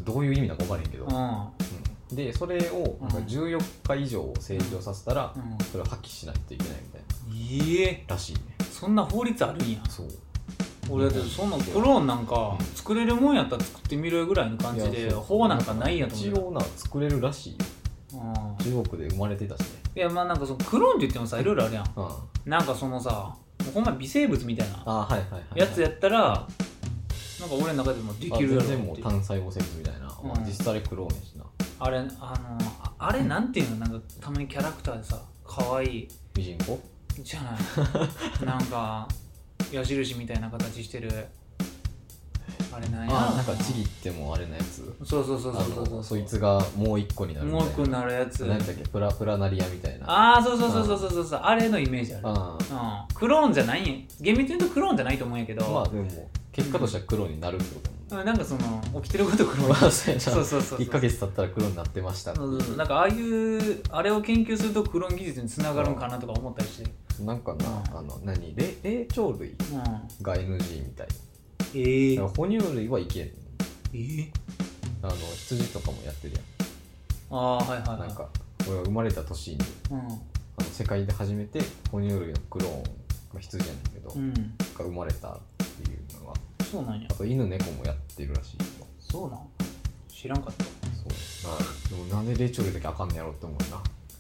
どういう意味だか分からへんけど、うんうん、でそれをなんかじゅうよっか以上成長させたら、うん、それを破棄しないといけないみたいな、 ええー、 らしいね。 そんな法律あるんや。 そう俺だってそんなクローンなんか作れるもんやったら作ってみるぐらいの感じで法なんかないやと思う。 一応な作れるらしいよ。中国で生まれてたしね。 いやまあなんかそのクローンって言ってもさいろいろあるやん、うん、なんかそのさほんま微生物みたいなやつやったらなんか俺の中でもできるやろって。 全然もう単細胞生物みたいな、うん、実際クローンやしな。 あれあのあれなんていうの、なんかたまにキャラクターでさ可愛いミジンコじゃないなんか矢印みたいな形してるあれなんや。 あなんかちぎってもあれのやつ。 そうそうそうそうそうそう。 そいつがもう一個になるみたいな。 もう一個になるやつ。 何だっけプラプラナリアみたいな。 ああそうそうそうそうそうそう。あれのイメージある。あ、うん、クローンじゃないんや。厳密に言うとクローンじゃないと思うんやけど。 まあでも結果としてはクローンになるってことだもん、 うん、なんかその起きてることクローン。そうそうそう。 いっかげつ経ったらクローンになってましたって。 そうそうそう。なんかああいうあれを研究するとクローン技術につながるんかなとか思ったりして。 なんかな、うん、あの何霊霊長類が エヌジー みたい。 えー、 だから哺乳類はいけん。 えー、 あの羊とかもやってるやん。 ああはいはいはい。 なんか俺が生まれた年に、うん、あの世界で初めて哺乳類のクローン、まあ、羊やねんけど、うん、が生まれたっていうのが。 そうなんや。 あと犬猫もやってるらしいよ。 そうなん知らんかった。 そうな。でもなんで霊長類だけあかんねやろって思うな。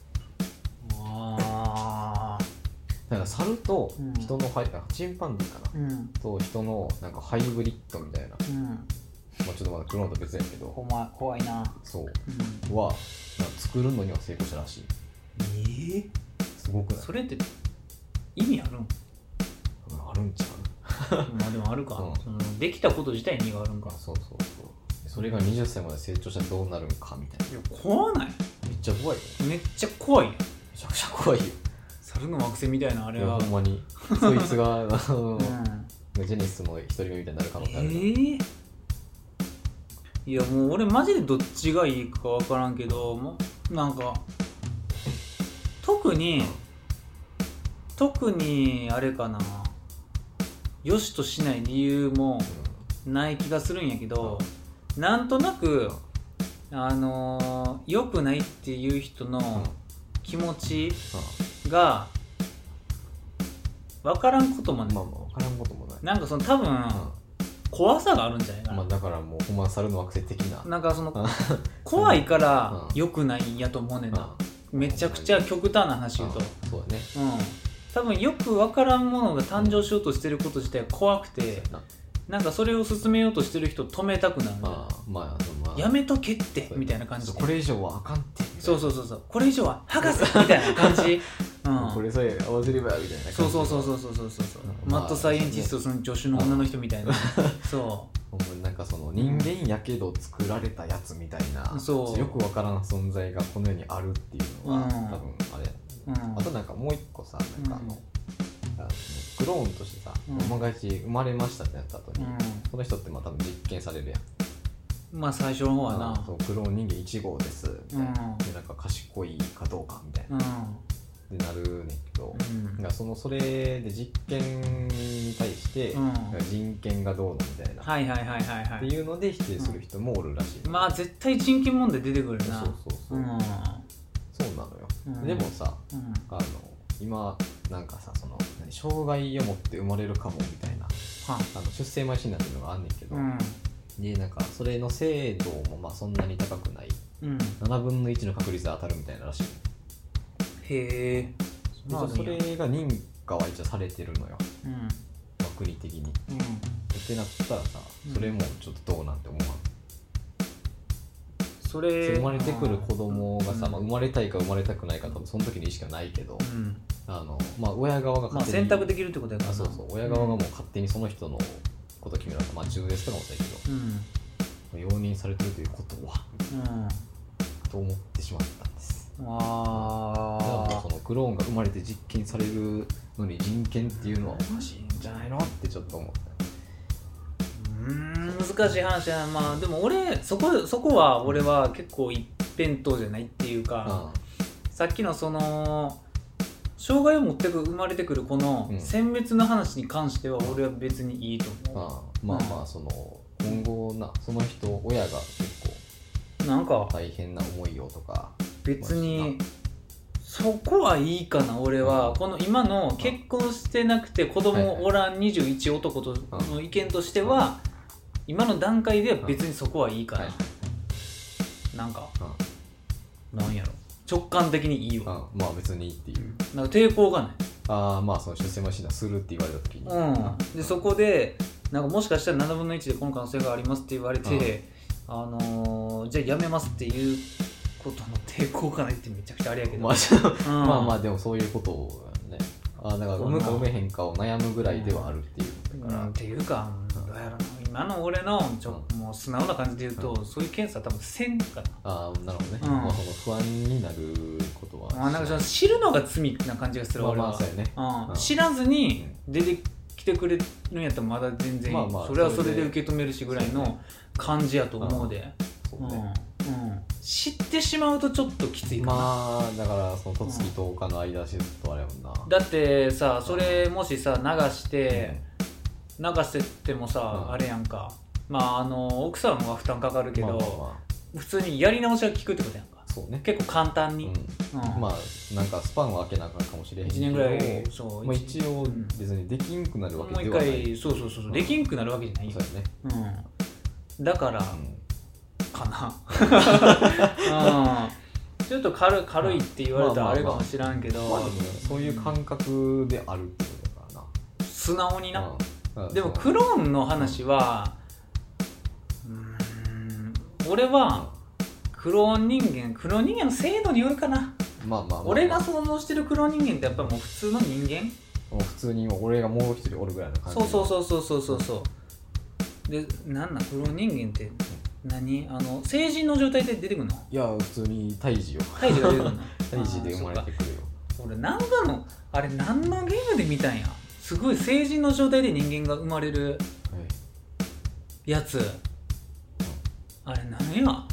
ああだから猿と人のハイ、うん、チンパンジーかな、うん、と人のなんかハイブリッドみたいな、うん、まあ、ちょっとまだクローンと別やけど、 ほんま怖いな。 そう、うん、は作るのには成功したらしい。 えー、 すごくない？ それって意味あるん？ あるんちゃうまあでもあるか、うん、そのできたこと自体に意味があるんか。 そうそうそう。それがはたちまで成長したらどうなるんかみたいな。 いや怖ない？ めっちゃ怖いよ。 めっちゃ怖いやん。めちゃくちゃ怖いよ。 猿の惑星みたいなあれは。 ほんまにそいつが、うん、ジェネシスの一人目みたいになる可能性ある。えー、 いやもう俺マジでどっちがいいか分からんけど、もうなんか特に特にあれかな、よしとしない理由もない気がするんやけど、なんとなくあのー、良くないっていう人の気持ちが分からんこともね、 まあまあ分からんこともない。 なんかその多分、うん、怖さがあるんじゃないかな。 まあ、だからもうほんま猿の惑星的な。 なんかその怖いから良くないんやと思うねんな。めちゃくちゃ極端な話言うと。 そうだね。 うん。多分よく分からんものが誕生しようとしてること自体怖くて、なんかそれを進めようとしてる人を止めたくなる。 まあまあまあ。 やめとけってみたいな感じで。 これ以上はあかんって。 そうそうそうそう。これ以上は剥がせみたいな感じ。 うん、これさえ合わせればみたいな感じ。 そうそうそうそうそうそうそう。マッドサイエンティストその助手の女の人みたいな。そう。 なんかその人間やけど作られたやつみたいな、そうよくわからん存在がこの世にあるっていうのは、うん、多分あれ。うん、あとなんかもう一個さ、なんかあの、うん、あのクローンとしてさ、お前が生まれましたってなった後に、うん、この人ってまあ多分実験されるやん。 まあ最初の方はな、 そうクローン人間いち号ですみたいな、うん、でなんか賢いかどうかみたいな、うん、でなるねんけど、うん、そのそれで実験に対して、うん、人権がどうのみたいな、 はいはいはいはいはい、 っていうので否定する人もおるらしい、 うん、まあ絶対人権問題出てくるな。 そうそうそう、うん、そうなのよ、うん、でもさ、うん、あの今なんかさその障害を持って生まれるかもみたいな、はあ、あの出生前診断っていうのがあんねんけど、うん、でなんかそれの精度もまあそんなに高くない、うん、ななぶんのいちの確率で当たるみたいならしい。 へえ、 まあ、それが認可は一応されてるのよ、うん、まあ、国的に、うん、ってなったらさ、それもちょっとどうなんて思わん。それ生まれてくる子供がさ、うん、まあ、生まれたいか生まれたくないか多分その時の意識はないけど、うん、あのまあ、親側が勝手に、 まあ、選択できるってことやからな。 そうそう、親側がもう勝手にその人のことを決められた、まあ中絶とかもそうやけど、うん、容認されてるということは、うん、と思ってしまったんです。ああ、じゃあもうそのクローンが生まれて実験されるのに人権っていうのはおかしいんじゃないのってちょっと思った。 うーん難しい話やな。まあでも俺そこそこは俺は結構一辺倒じゃないっていうか、さっきのその障害を持ってく生まれてくるこの選別の話に関しては俺は別にいいと思う、 ああまあまあその今後なその人親が結構なんか大変な思いをとか別にそこはいいかな。俺はこの今の結婚してなくて子供おらんにじゅういち男との意見としては今の段階では別にそこはいいかな。なんかなんやろ直感的にいいわ。 あまあ別にいいっていう、 なんか抵抗がない。 ああまあその出生診断するって言われた時に、 うん、でそこでなんかもしかしたらななぶんのいちでこの可能性がありますって言われて、あのー、じゃあやめますっていうことの抵抗がないってめちゃくちゃあれやけど、まあ、 うん、まあまあでもそういうことをね、あだから産むか産めへんかを悩むぐらいではあるっていうから、 うん、っていうかどうやろな今の俺のちょ、うん、もう素直な感じで言うと、うん、そういう検査多分せんかな。 ああなるほどね、うんまあ、その不安になることはまあなんかその知るのが罪な感じがする、まあ、俺は、まあそうやね、うん、知らずに出てきてくれるんやったらまだ全然いい、まあまあ、それはそれで受け止めるしぐらいの感じやと思うで、そうね、うんうん、知ってしまうとちょっときついかな。 まあだからそのとつきとおかの間しずっとあれやもんな、 だってさそれもしさ流して、うん、流してってもさ、うん、あれやんか、まああの奥さんは負担かかるけど、まあまあまあ、普通にやり直しが効くってことやんか。そうね、結構簡単に、 うんうん、まあなんかスパンを空けなあかんかもしれへんけどいちねんぐらいそう、まあ、一応別にできんくなるわけではない、もう一回そうそうそうそう、うん、できんくなるわけじゃないよ、そうね、うん、だから、うん、かな、うん、ちょっと 軽, 軽いって言われたらあれかもしらんけど、まあまあまあまあ、 そういう感覚であるってことだからな、 素直にな、うん、でもクローンの話は、うん、うーん俺はクローン人間クローン人間の精度によるかな、まあまあまあまあ、俺が想像してるクローン人間ってやっぱもう普通の人間、 もう普通に俺がもう一人おるぐらいの感じ。 そうそうそうそうそうそうそうで、なんなんクローン人間って何、あの成人の状態で出てくるの？ いや普通に胎児よ、 胎児が出てくるの胎児で生まれてくるよ。 俺何かのあれ何のゲームで見たんや、すごい成人の状態で人間が生まれるやつ、はい、あれ何や、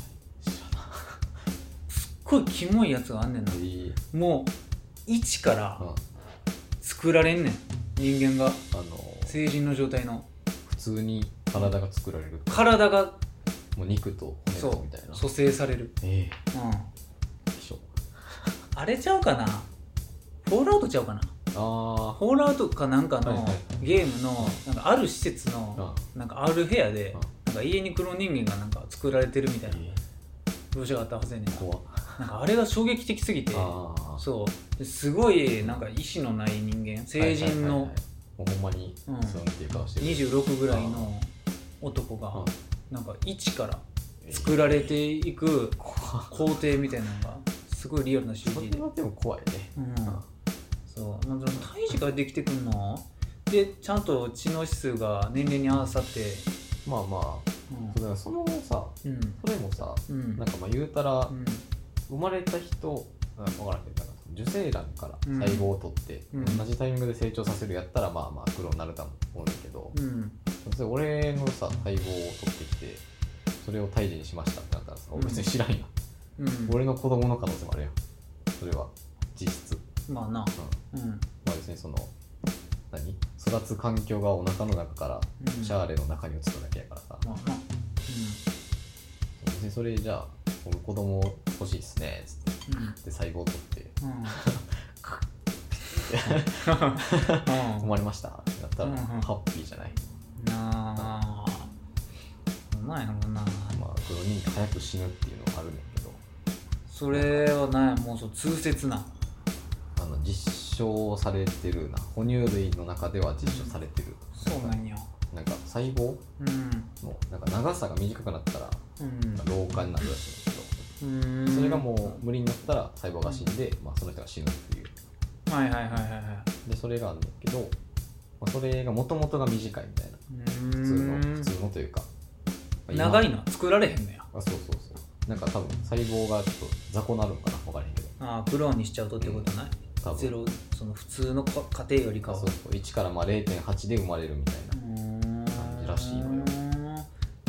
すっごいキモいやつがあんねんな、えー、もう一から作られんねん、人間が、あのー、成人の状態の普通に体が作られる、 体がもう肉と骨とみたいな、 蘇生される、えー、うんでしょあれちゃうかな、フォールアウトちゃうかな、あフォールアウトかなんかのゲームのなんかある施設のなんかある部屋でなんか家にクローン人間がなんか作られてるみたいな描写があったはずやねん。怖なんかあれが衝撃的すぎて、そうですごいなんか意志のない人間、成人の、はいはいはいはい、 ほんまにそうっていう顔してる、 にじゅうろくぐらいの男がなんか一から作られていく工程みたいなのがすごいリアルな シージー で。 それはでも怖いね。うん。 そう。なんか胎児からできてくんの？でちゃんと知能指数が年齢に合わさって。 まあまあ。うん、そうだからそのさ、うん、それもさ、うん、なんかまあ言うたら、うん、生まれた人、分からんけど受精卵から細胞を取って、うん、同じタイミングで成長させるやったらまあまあ苦労になると思うんだけど、うん、それ俺のさ細胞を取ってきてそれを胎児にしましたってなったらさ、俺別に知らんやん、うん、俺の子供の可能性もあるやん、それは実質まあな、 うんうん、まあ別にその何育つ環境がお腹の中からシャーレの中に移っただけやからさ、うんまあまあうん、別にそれじゃあ俺子供欲しいっすねっつって、うん、で細胞取って、うん、生まれましたってなったら、うんうん、ハッピーじゃないなあ、うまいのかな、 まあ黒人間早く死ぬっていうのがあるんだけど、 それは何やもうそう痛切なあの実証されてるな、哺乳類の中では実証されてる、 うん、そうなんや、 なんか細胞のなんか長さが短くなったら、うん、老化になるらしいんだけど、うん、それがもう無理になったら細胞が死んで、まあ、その人が死ぬっていう、 はいはいはいはいはいでそれがあるんだけど、まあ、それが元々が短いみたいな、普通の普通のというか、 まあ、長いの作られへんのや、 あそうそうそう、なんか多分細胞がちょっと雑魚なるのかな分からへんけど、 ああクローンにしちゃうとってことない、うん多分ゼロその普通の家庭よりかはそうそういちからまあ れいてんはち で生まれるみたいな感じらしいのよ。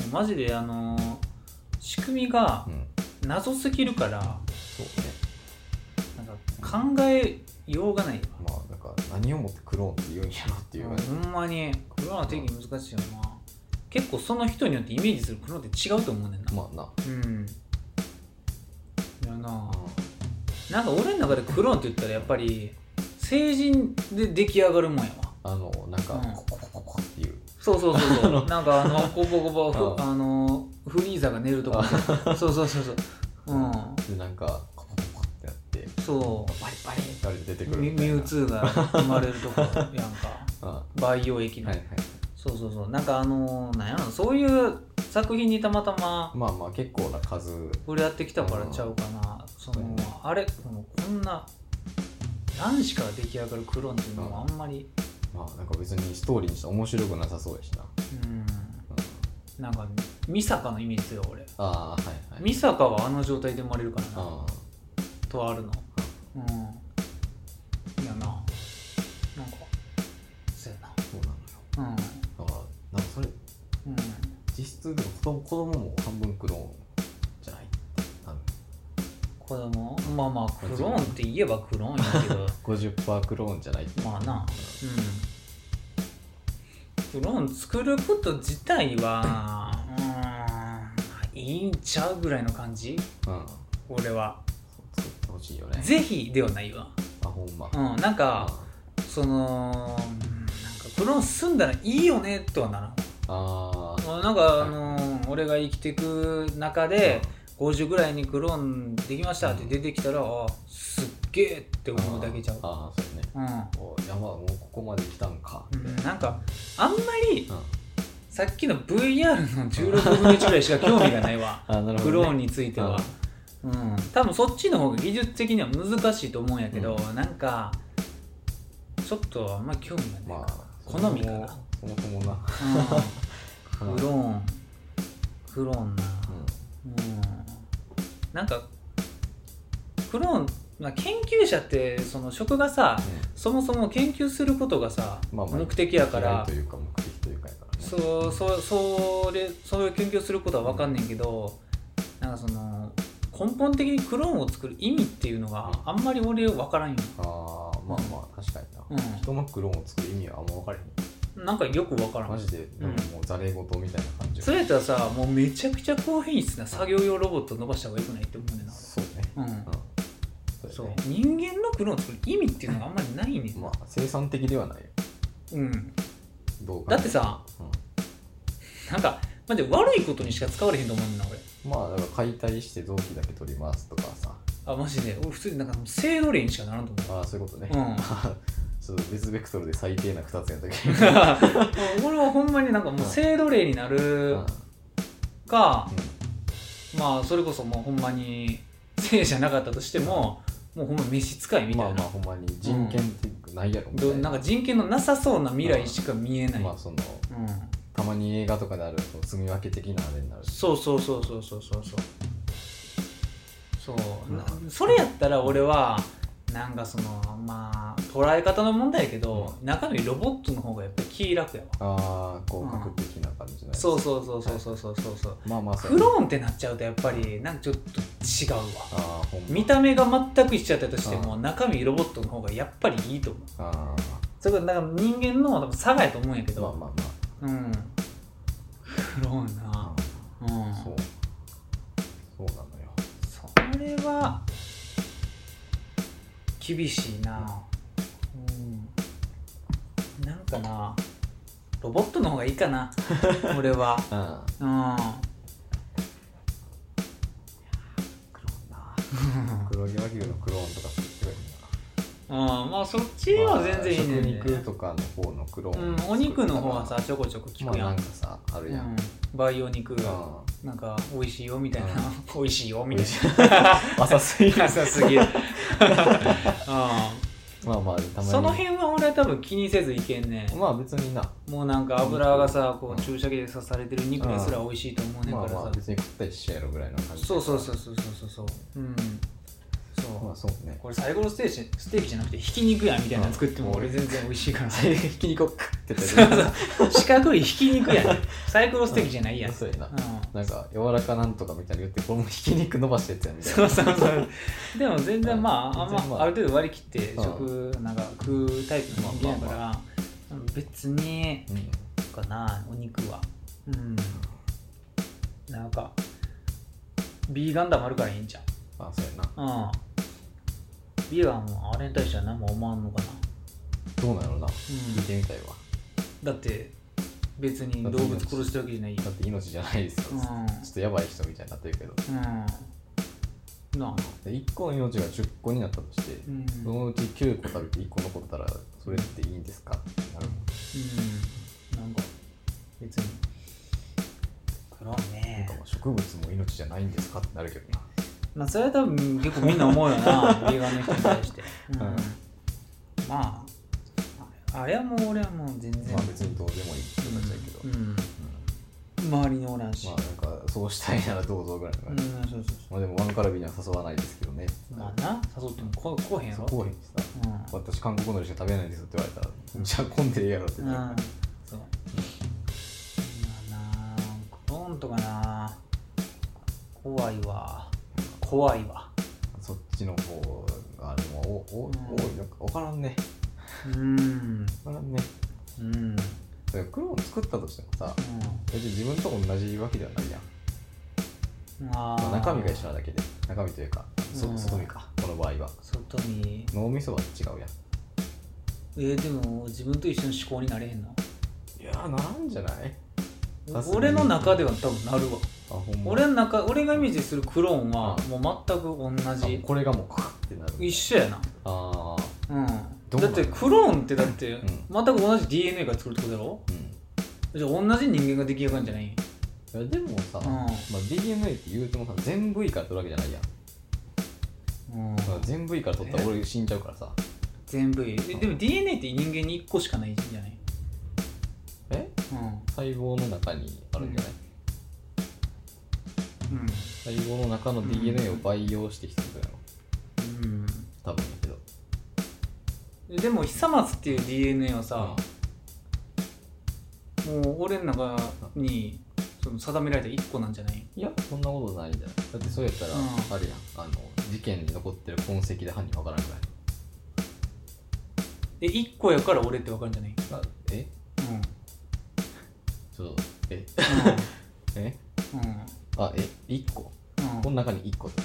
マジであのー、仕組みが謎すぎるから、うん、 そうね、 なんか考えようがないわ。 まあなんか何をもってクローンって言うんやろっていう、 うん、ほんまにクローンの定義難しいよな、うん、結構その人によってイメージするクローンって違うと思うねんな。 まあな、 うんいやな、うん、なんか俺の中でクローンって言ったらやっぱり成人で出来上がるもんやわ。 あのなんか、うん、ココココっていう、 そうそうそうそうなんかあのコポコポあのフリーザが寝るとこそうそうそうそう、うん、 でなんかコポコポってやってそうバリバリって出てくるミュウツーが生まれるとこやんかああ培養液の、はいはい、そうそうそうなんかあのなんやろそういう作品にたまたままあまあ結構な数触れ合ってきたからちゃうかな、その、ね、あれそのこんな何しか出来上がるクローンっていうのはあんまり、 まあなんか別にストーリーにして面白くなさそうやしな。うん、 うん、なんかミサカのイメージですよ俺。 ああはいはい。 ミサカはあの状態で生まれるからな。あとあるの。うん。いやな。なんかそうやな。 そうなのよ。うん。だからなんかそれ、うん、実質でも子供子供も半分クローンじゃないってなる。 子供まあまあクローンって言えばクローンやけど。 ごじゅっパーセント クローンじゃないって。 まあな。うん。クローン作ること自体はうーんいいんちゃうぐらいの感じ、うん、俺は作ってほしいよね。 ぜひではないわ。 あほんま、 うん、なんか、うん、そのなんかクローン済んだらいいよねとはならん。あなんか、はい、あのー、俺が生きていく中で、うん、ごじゅうぐらいにクローンできましたって出てきたら、うん、あすっげえって思うだけちゃう。 ああそうね、うん、山はもうここまで来たんか、 うん、なんかあんまり、うん、さっきの ブイアール のじゅうろくぶんのいちぐらいしか興味がないわあなるほど、ね、クローンについては、うん、多分そっちの方が技術的には難しいと思うんやけど、うん、なんかちょっとあんまり興味がないか、まあ、好みかなそもそもな、 うん、クローンクローンな、うんうん、なんかクローンまあ、研究者ってその職がさ、うん、そもそも研究することがさ、まあまあ、目的やからというか目的というかやからね、 そうそうそれそういう研究することは分かんねんけど、うん、なんかその根本的にクローンを作る意味っていうのがあんまり俺分からんよ。 ああまあまあ確かにな、うん、人のクローンを作る意味はあんま分からへん。 なんかよく分からんマジで、うん、もうざれ言みたいな感じ。 それやったらさもうめちゃくちゃ高品質な作業用ロボットを伸ばした方がよくないって思うねんな。 そうね、うんうんそう人間のクローンを作る意味っていうのがあんまりないねん。 まあ生産的ではないよ。 うんどうかだってさ、うん、なんかマジで悪いことにしか使われへんと思うんだ俺。 まあだから解体して臓器だけ取りますとかさ。 あマジで俺普通になんか制度例にしかならんと思う。 ああそういうことね。うんちょっと別ベクトルで最低なふたつやったけど俺はほんまになんかもう制度例になるか、うん、まあそれこそもうほんまに性じゃなかったとしても、もうほんま召使いみたいな。 まあまあほんまに人権ってないやろみたいな、 うん、なんか人権のなさそうな未来しか見えない。 まあその、うん、たまに映画とかである住み分け的なあれになる。 そうそうそうそうそうそうそう、うん、それやったら俺はなんかそのまあ捉え方の問題やけど、うん、中身ロボットの方がやっぱり気楽やわ。 ああ広角的な感じじゃないですか、うん、 そうそうそうそうそうそうそうそう、 まあまあクローンってなっちゃうとやっぱりなんかちょっと違うわ。あほんま見た目が全く一緒やったとしても中身ロボットの方がやっぱりいいと思う。あそれからなんか人間の多分差がやと思うんやけど、 まあまあまあうんクローンな、うん、 そうそうなのよ。 それは厳しいな、うん、なんかなロボットの方がいいかな俺は、うん、うん、 クローンな黒毛和牛のクローンとかするって言われるな。うんまあそっちは全然いいねんね。 食肉とかの方のクローン、 うん、お肉の方はさちょこちょこ聞くやん、 まあ、なんかさあるやん、うん、 培養肉なんか美味しいよみたいな、うん、美味しいよみたいな浅すぎる浅すぎるまあまあたまにその辺は俺は多分気にせずいけんね。 まあ別になもうなんか油がさこう注射器で刺されてる肉ですら美味しいと思うねんからさ、 まあまあ別に食ったりしちゃえろぐらいの感じ。 そうそうそうそうそうそううんそそう、 まあそうね、 これ最後のステーキステーキじゃなくてひき肉やみたいなの作っても俺全然美味しいから最後ひき肉をクッてやって四角いひき肉やねサイコロステーキじゃないやん、 そうやな、 うん、 なんか柔らかなんとかみたいな言ってこれもひき肉伸ばしたやつやみたいな。 そうそうそうでも全然まあ、あんま、 全然まあある程度割り切ってうん食なんか食うタイプの人間やから、 まあ別にうんかなお肉はうんなんかビーガンダもあるからいいんじゃん。 あそうやな、 うんビーガンもあれに対しては何も思わんのかな。 どうなんやろうな、聞いてみたいわ。 だって別に動物殺してるわけじゃないよ。 だって命じゃないですよ、 うんちょっとやばい人みたいになってるけど、 うんなあでいっこの命がじゅっこになったとして、 うんそのうちきゅうこ食べていっこ残ったらそれっていいんですかってなるもん。 うんなんか別にクローンなんねかもう植物も命じゃないんですかってなるけどな。 まあそれは多分結構みんな思うよなビーガンの人に対して、うんうんまああれはもう俺はもう全然まあ別にどうでもいい人たちだけど、 うんうん周りにおらんし、 まあなんかそうしたいならどうぞぐらいの感じ、 うんそうそうそまあでもワンカラビには誘わないですけどね。 うまあな誘ってもここうへんやろ。 そこへんしさ、 うん私韓国のりしか食べないんですって言われたら、じゃあ混んでええやろってうんなる。 そうまあなクローンとかな怖いわ怖いわそっちの方がでもおお、 うん多いのか分からんね。 うん分からんね。 うんだからクローン作ったとしてもさ、別に自分と同じわけではないやん。 あまあ、中身が一緒なだけで、中身というか、そうん外身か、この場合は。 外見脳みそは違うやん。 えー、でも自分と一緒の思考になれへんの。 いやー、ならんじゃない？さすがに俺の中では多分なるわ。 あ、ほんま。 俺の中俺がイメージするクローンはうんもう全く同あじこれがもうカーってなる。 一緒やな。 ああ、 うんどうなのだってクローンってだってん全く同じ ディーエヌエー が作るってことだろ。 うん。 じゃあ同じ人間が出来上がるんじゃない？ いやでもさ、 うんまあ、ディーエヌエー って言うてもさ全部いいから取るわけじゃないやん、 うんだから全部いいから取ったら俺死んじゃうからさ。 全部いい。えでも ディーエヌエー って人間にいっこしかないんじゃない？ えうん細胞の中にあるんじゃない、 うん細胞の中の ディーエヌエー を培養してきたことやろうん多分やけど。 ででも久松っていう ディーエヌエー はさ、もう俺の中にその定められたいっこなんじゃない？ いやそんなことないんじゃない。だってそうやったら、 うんあるやん、あの事件に残ってる痕跡で犯人わからんくらい。 でいっこやから俺って分かるんじゃない？ あえうんちょっとええうんうんあえいっこうんこの中にいっこって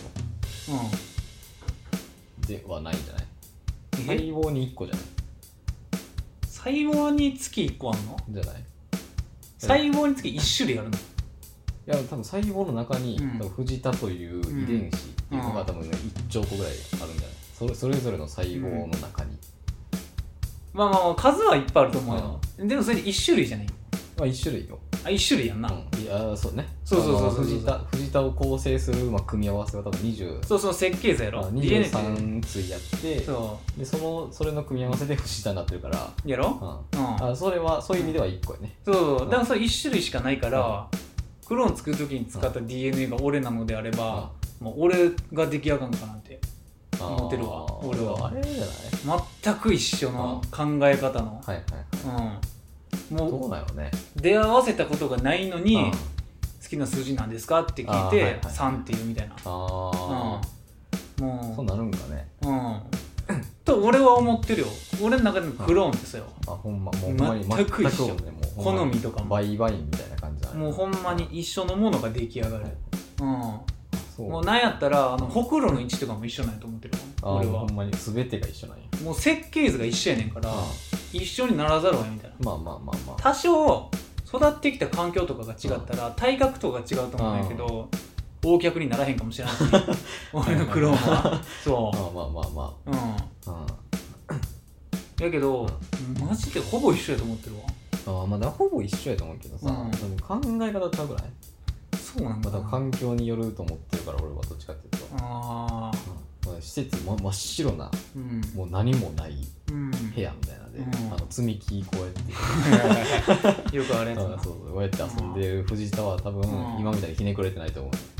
ことではないんじゃない。細え胞にいっこじゃない細胞につきいっこあんの？ じゃない。 細胞につきいち種類あるの？ いや多分細胞の中に、 うん多分藤田という遺伝子っていうのが、 うん多分ねいっちょうこぐらいあるんじゃない。それそれぞれの細胞の中に、 まあまあまあ数はいっぱいあると思うよ、でもそれでいち種類じゃない？ まあいっ種類よ。 あいち種類やんな、 うん、いやそうね。 そうそうそうそうあの藤田藤田を構成する、まあ、組み合わせは多分にじゅうそうそう設計図やろ、 あディーエヌエー ってにじゅうさん対やってそでそのそれの組み合わせで藤田になってるから、 うやろ、 うんうんあそれはそういう意味ではいっこやね。 そうそうだからそれいち種類しかないから、クローン作るときに使った ディーエヌエー が俺なのであれば、もう俺が出来上がるのかなって思ってるわ。 あー俺はあれじゃない。 全く一緒の考え方の、 はいはいはいうん、 どもうなよね。 う出会わせたことがないのに、 うん好きな数字なんですかって聞いあーはいて、 はいさんっていうみたいな、 ああ、 うん、もうそうなるんかね。 うんと俺は思ってるよ。俺の中でのクローンですよ、 あほんまもうほんまに全く一緒全くねもうほんま好みとかもバイバイみたいな感じだね。 もうほんまに一緒のものが出来上がる、うんそうもうなんやったらあのほくろの位置とかも一緒なんやと思ってるあ俺はほんまに全てが一緒なんや。 もう設計図が一緒やねんからあ一緒にならざるを得んみたいな。 まあまあまあまあ。 多少育ってきた環境とかが違ったら体格とかが違うと思うんやけど大脚にならへんかもしれない俺のクローンはそまあまあまあまううんあ。 やけどマジでほぼ一緒やと思ってるわ。 うん、あまあだからほぼ一緒やと思うけどさ、 うん多分考え方ちゃうぐらい。まあ、 そうなんだな。 多分環境によると思ってるから俺はどっちかっていうと、 ああうんまあ、施設、ま、真っ白なうんもう何もないうん部屋みたいなので、 うんあの積み木こうやってよくあるやつな。 あそうそうこうやって遊んでる藤田は多分、 うん今みたいにひねくれてないと思う。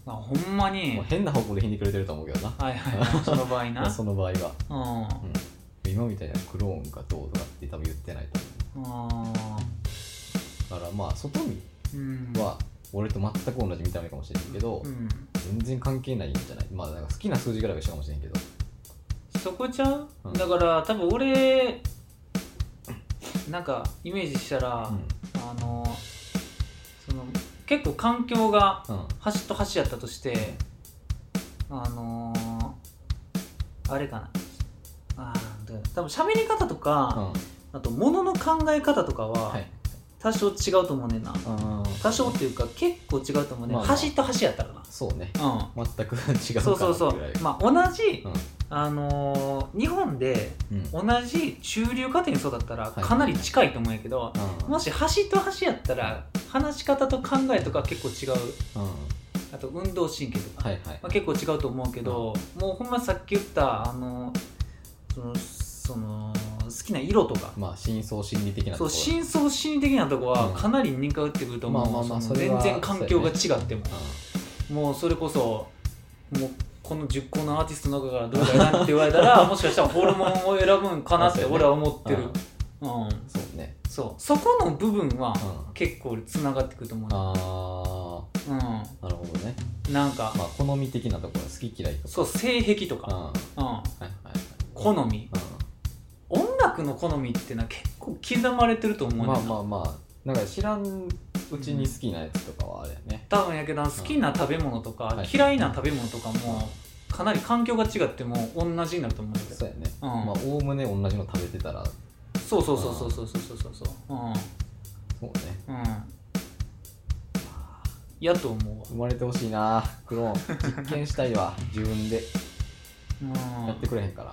まあ、ほんまに変な方向でひねくれてると思うけどな。 はいはいはいその場合なその場合は、 うんうん、 今みたいなクローンがどうとかって多分言ってないと思う。あだからまあ外見は俺と全く同じ見た目かもしれんけど、うん、全然関係ないんじゃない。まあなんか好きな数字ぐらいは一緒かもしれんけど、 そこちゃう、うん、だから多分俺なんかイメージしたら、うん、あのその結構環境が端と端やったとして、うん、あのー、あれかなあ多分喋り方とか、うん、あと物の考え方とかは多少違うと思うねんな、はい、多少っていうか結構違うと思うねん、まあまあ、端と端やったらなそうね、うん、全く違うかなってぐらい。 そうそうそう、まあ、同じ、うんあのー、日本で同じ中流家庭に育ったらかなり近いと思うんやけど、はい、もし端と端やったら話し方と考えとか結構違う、うん、あと運動神経とか、はいはいまあ、結構違うと思うけど、うん、もうほんまさっき言ったあのそのその好きな色とか、 まあ、深層心理的なところそう深層心理的なところはかなり似通ってくると思う、うんまあまあまあ、全然環境が違っても、ねうん、もうそれこそもうこのじゅっこのアーティストの中からどうだよなって言われたらもしかしたらホルモンを選ぶんかなって俺は思ってる、うん、 そうねそうそこの部分は結構つながってくると思う、 うん、ああ、うん、なるほどね。 なんか、 まあ、好み的なところ好き嫌いとかそう性癖とか、うんうんはいはい、好み、うん、音楽の好みってのは結構刻まれてると思うねんな。 まあまあまあなんか知らんうちに好きなやつとかはあれやね、 多分やけど好きな食べ物とか、うん、嫌いな食べ物とかもかなり環境が違っても同じになると思うんだけどそうやね、うん、まあおおむね同じの食べてたらそうそうそうそうそうそうそうそうそう、うん、 そうねうんやと思うわ。 生まれてほしいなクローン実験したいわ自分でやってくれへんから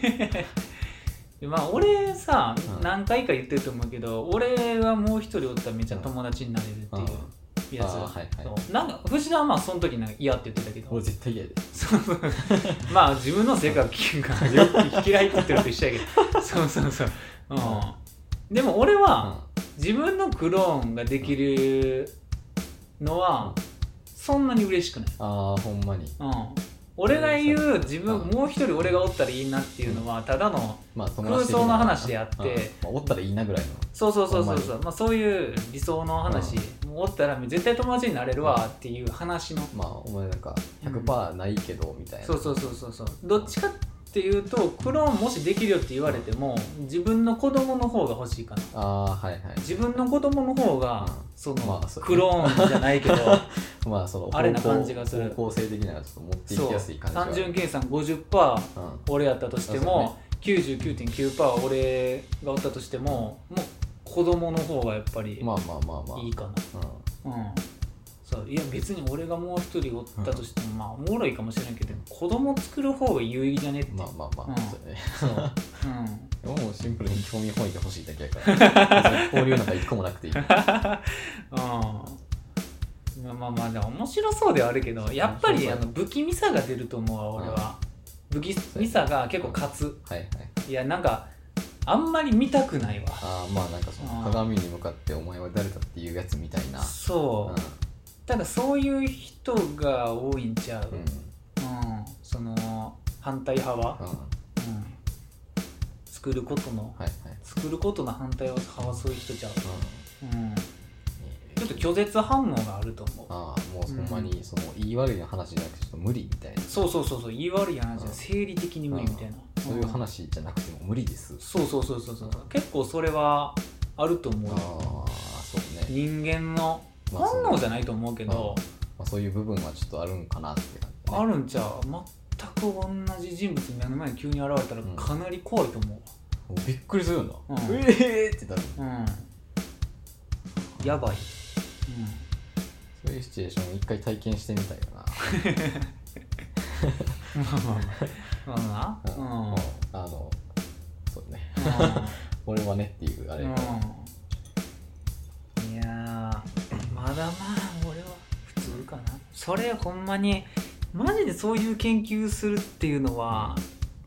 まあ俺さ、うん、何回か言ってると思うけど俺はもう一人おったらめっちゃ友達になれるっていうやつ、うんうんはいはい、そうなんか藤田はまあその時なんか嫌って言ってたけど俺絶対嫌でまあ自分の性格聞くからよく嫌いって言ってると一緒やけどそうそうそう、うん、でも俺は、うん、自分のクローンができるのは、うん、そんなに嬉しくない。 ああほんまに、 うん俺が言う自分もう一人俺がおったらいいなっていうのはただの空想の話であって、 まあ、おったらいいなぐらいのそうそうそうそうそう、まあ、そういう理想の話、うん、おったら絶対友達になれるわっていう話の、 まあお前なんか ひゃくパーセント ないけどみたいな、 うん、そうそうそうそうどっちかっていうとクローンもしできるよって言われても、うん、自分の子供の方が欲しいかな。 あーはいはい自分の子供の方が、うん、その、まあ、クローンじゃないけどまあそのあれな感じがする。 方向性的なのがちょっと持っていきやすい感じが単純計算 ごじゅっパーセント 俺やったとしても、ね、きゅうじゅうきゅうてんきゅうパーセント 俺がおったとしてももう子供の方がやっぱりいいかな。 まあまあまあまあいいかな、うん、うんそういや別に俺がもう一人おったとしても、うん、まあおもろいかもしれないけど子供作る方が有意義じゃねって。 まあまあまあ、うん、そうねそう、 うん、もうシンプルに興味本位で欲しいだけやから交流なんか一個もなくていいうんまあまあまあでも面白そうではあるけどやっぱりあの不気味さが出ると思うわ俺は、うん、不気味さが結構勝つ、 はいはい、 いやなんかあんまり見たくないわ。 あまあなんかその鏡に向かってお前は誰だっていうやつみたいな。 そう、うん、ただそういう人が多いんちゃう、うんうん、その反対派は、うんうん、作ることの、はいはい、作ることの反対派はそういう人ちゃう、うんうんちょっと拒絶反応があると思う。 ああもうほんまにその言い悪い話じゃなくてちょっと無理みたいな。 そうそうそうそう言い悪い話じゃ生理的に無理みたいな、 うん、そういう話じゃなくても無理です。 そうそうそうそうそう結構それはあると思う。 ああそうね人間の本能じゃないと思うけど、まあまあ、そういう部分はちょっとあるんかなって感じ、ね、 あるんちゃう。全く同じ人物目の前に急に現れたらかなり怖いと思う、 うん、びっくりするよな、うん、ええーってなる、 うん、やばい、うんそういうシチュエーションを一回体験してみたいよなまあまあまあまあ、うん、 あのそうね俺はねっていうあれ、うん、いやまだまあ俺は普通かな。それほんまにマジでそういう研究するっていうのは、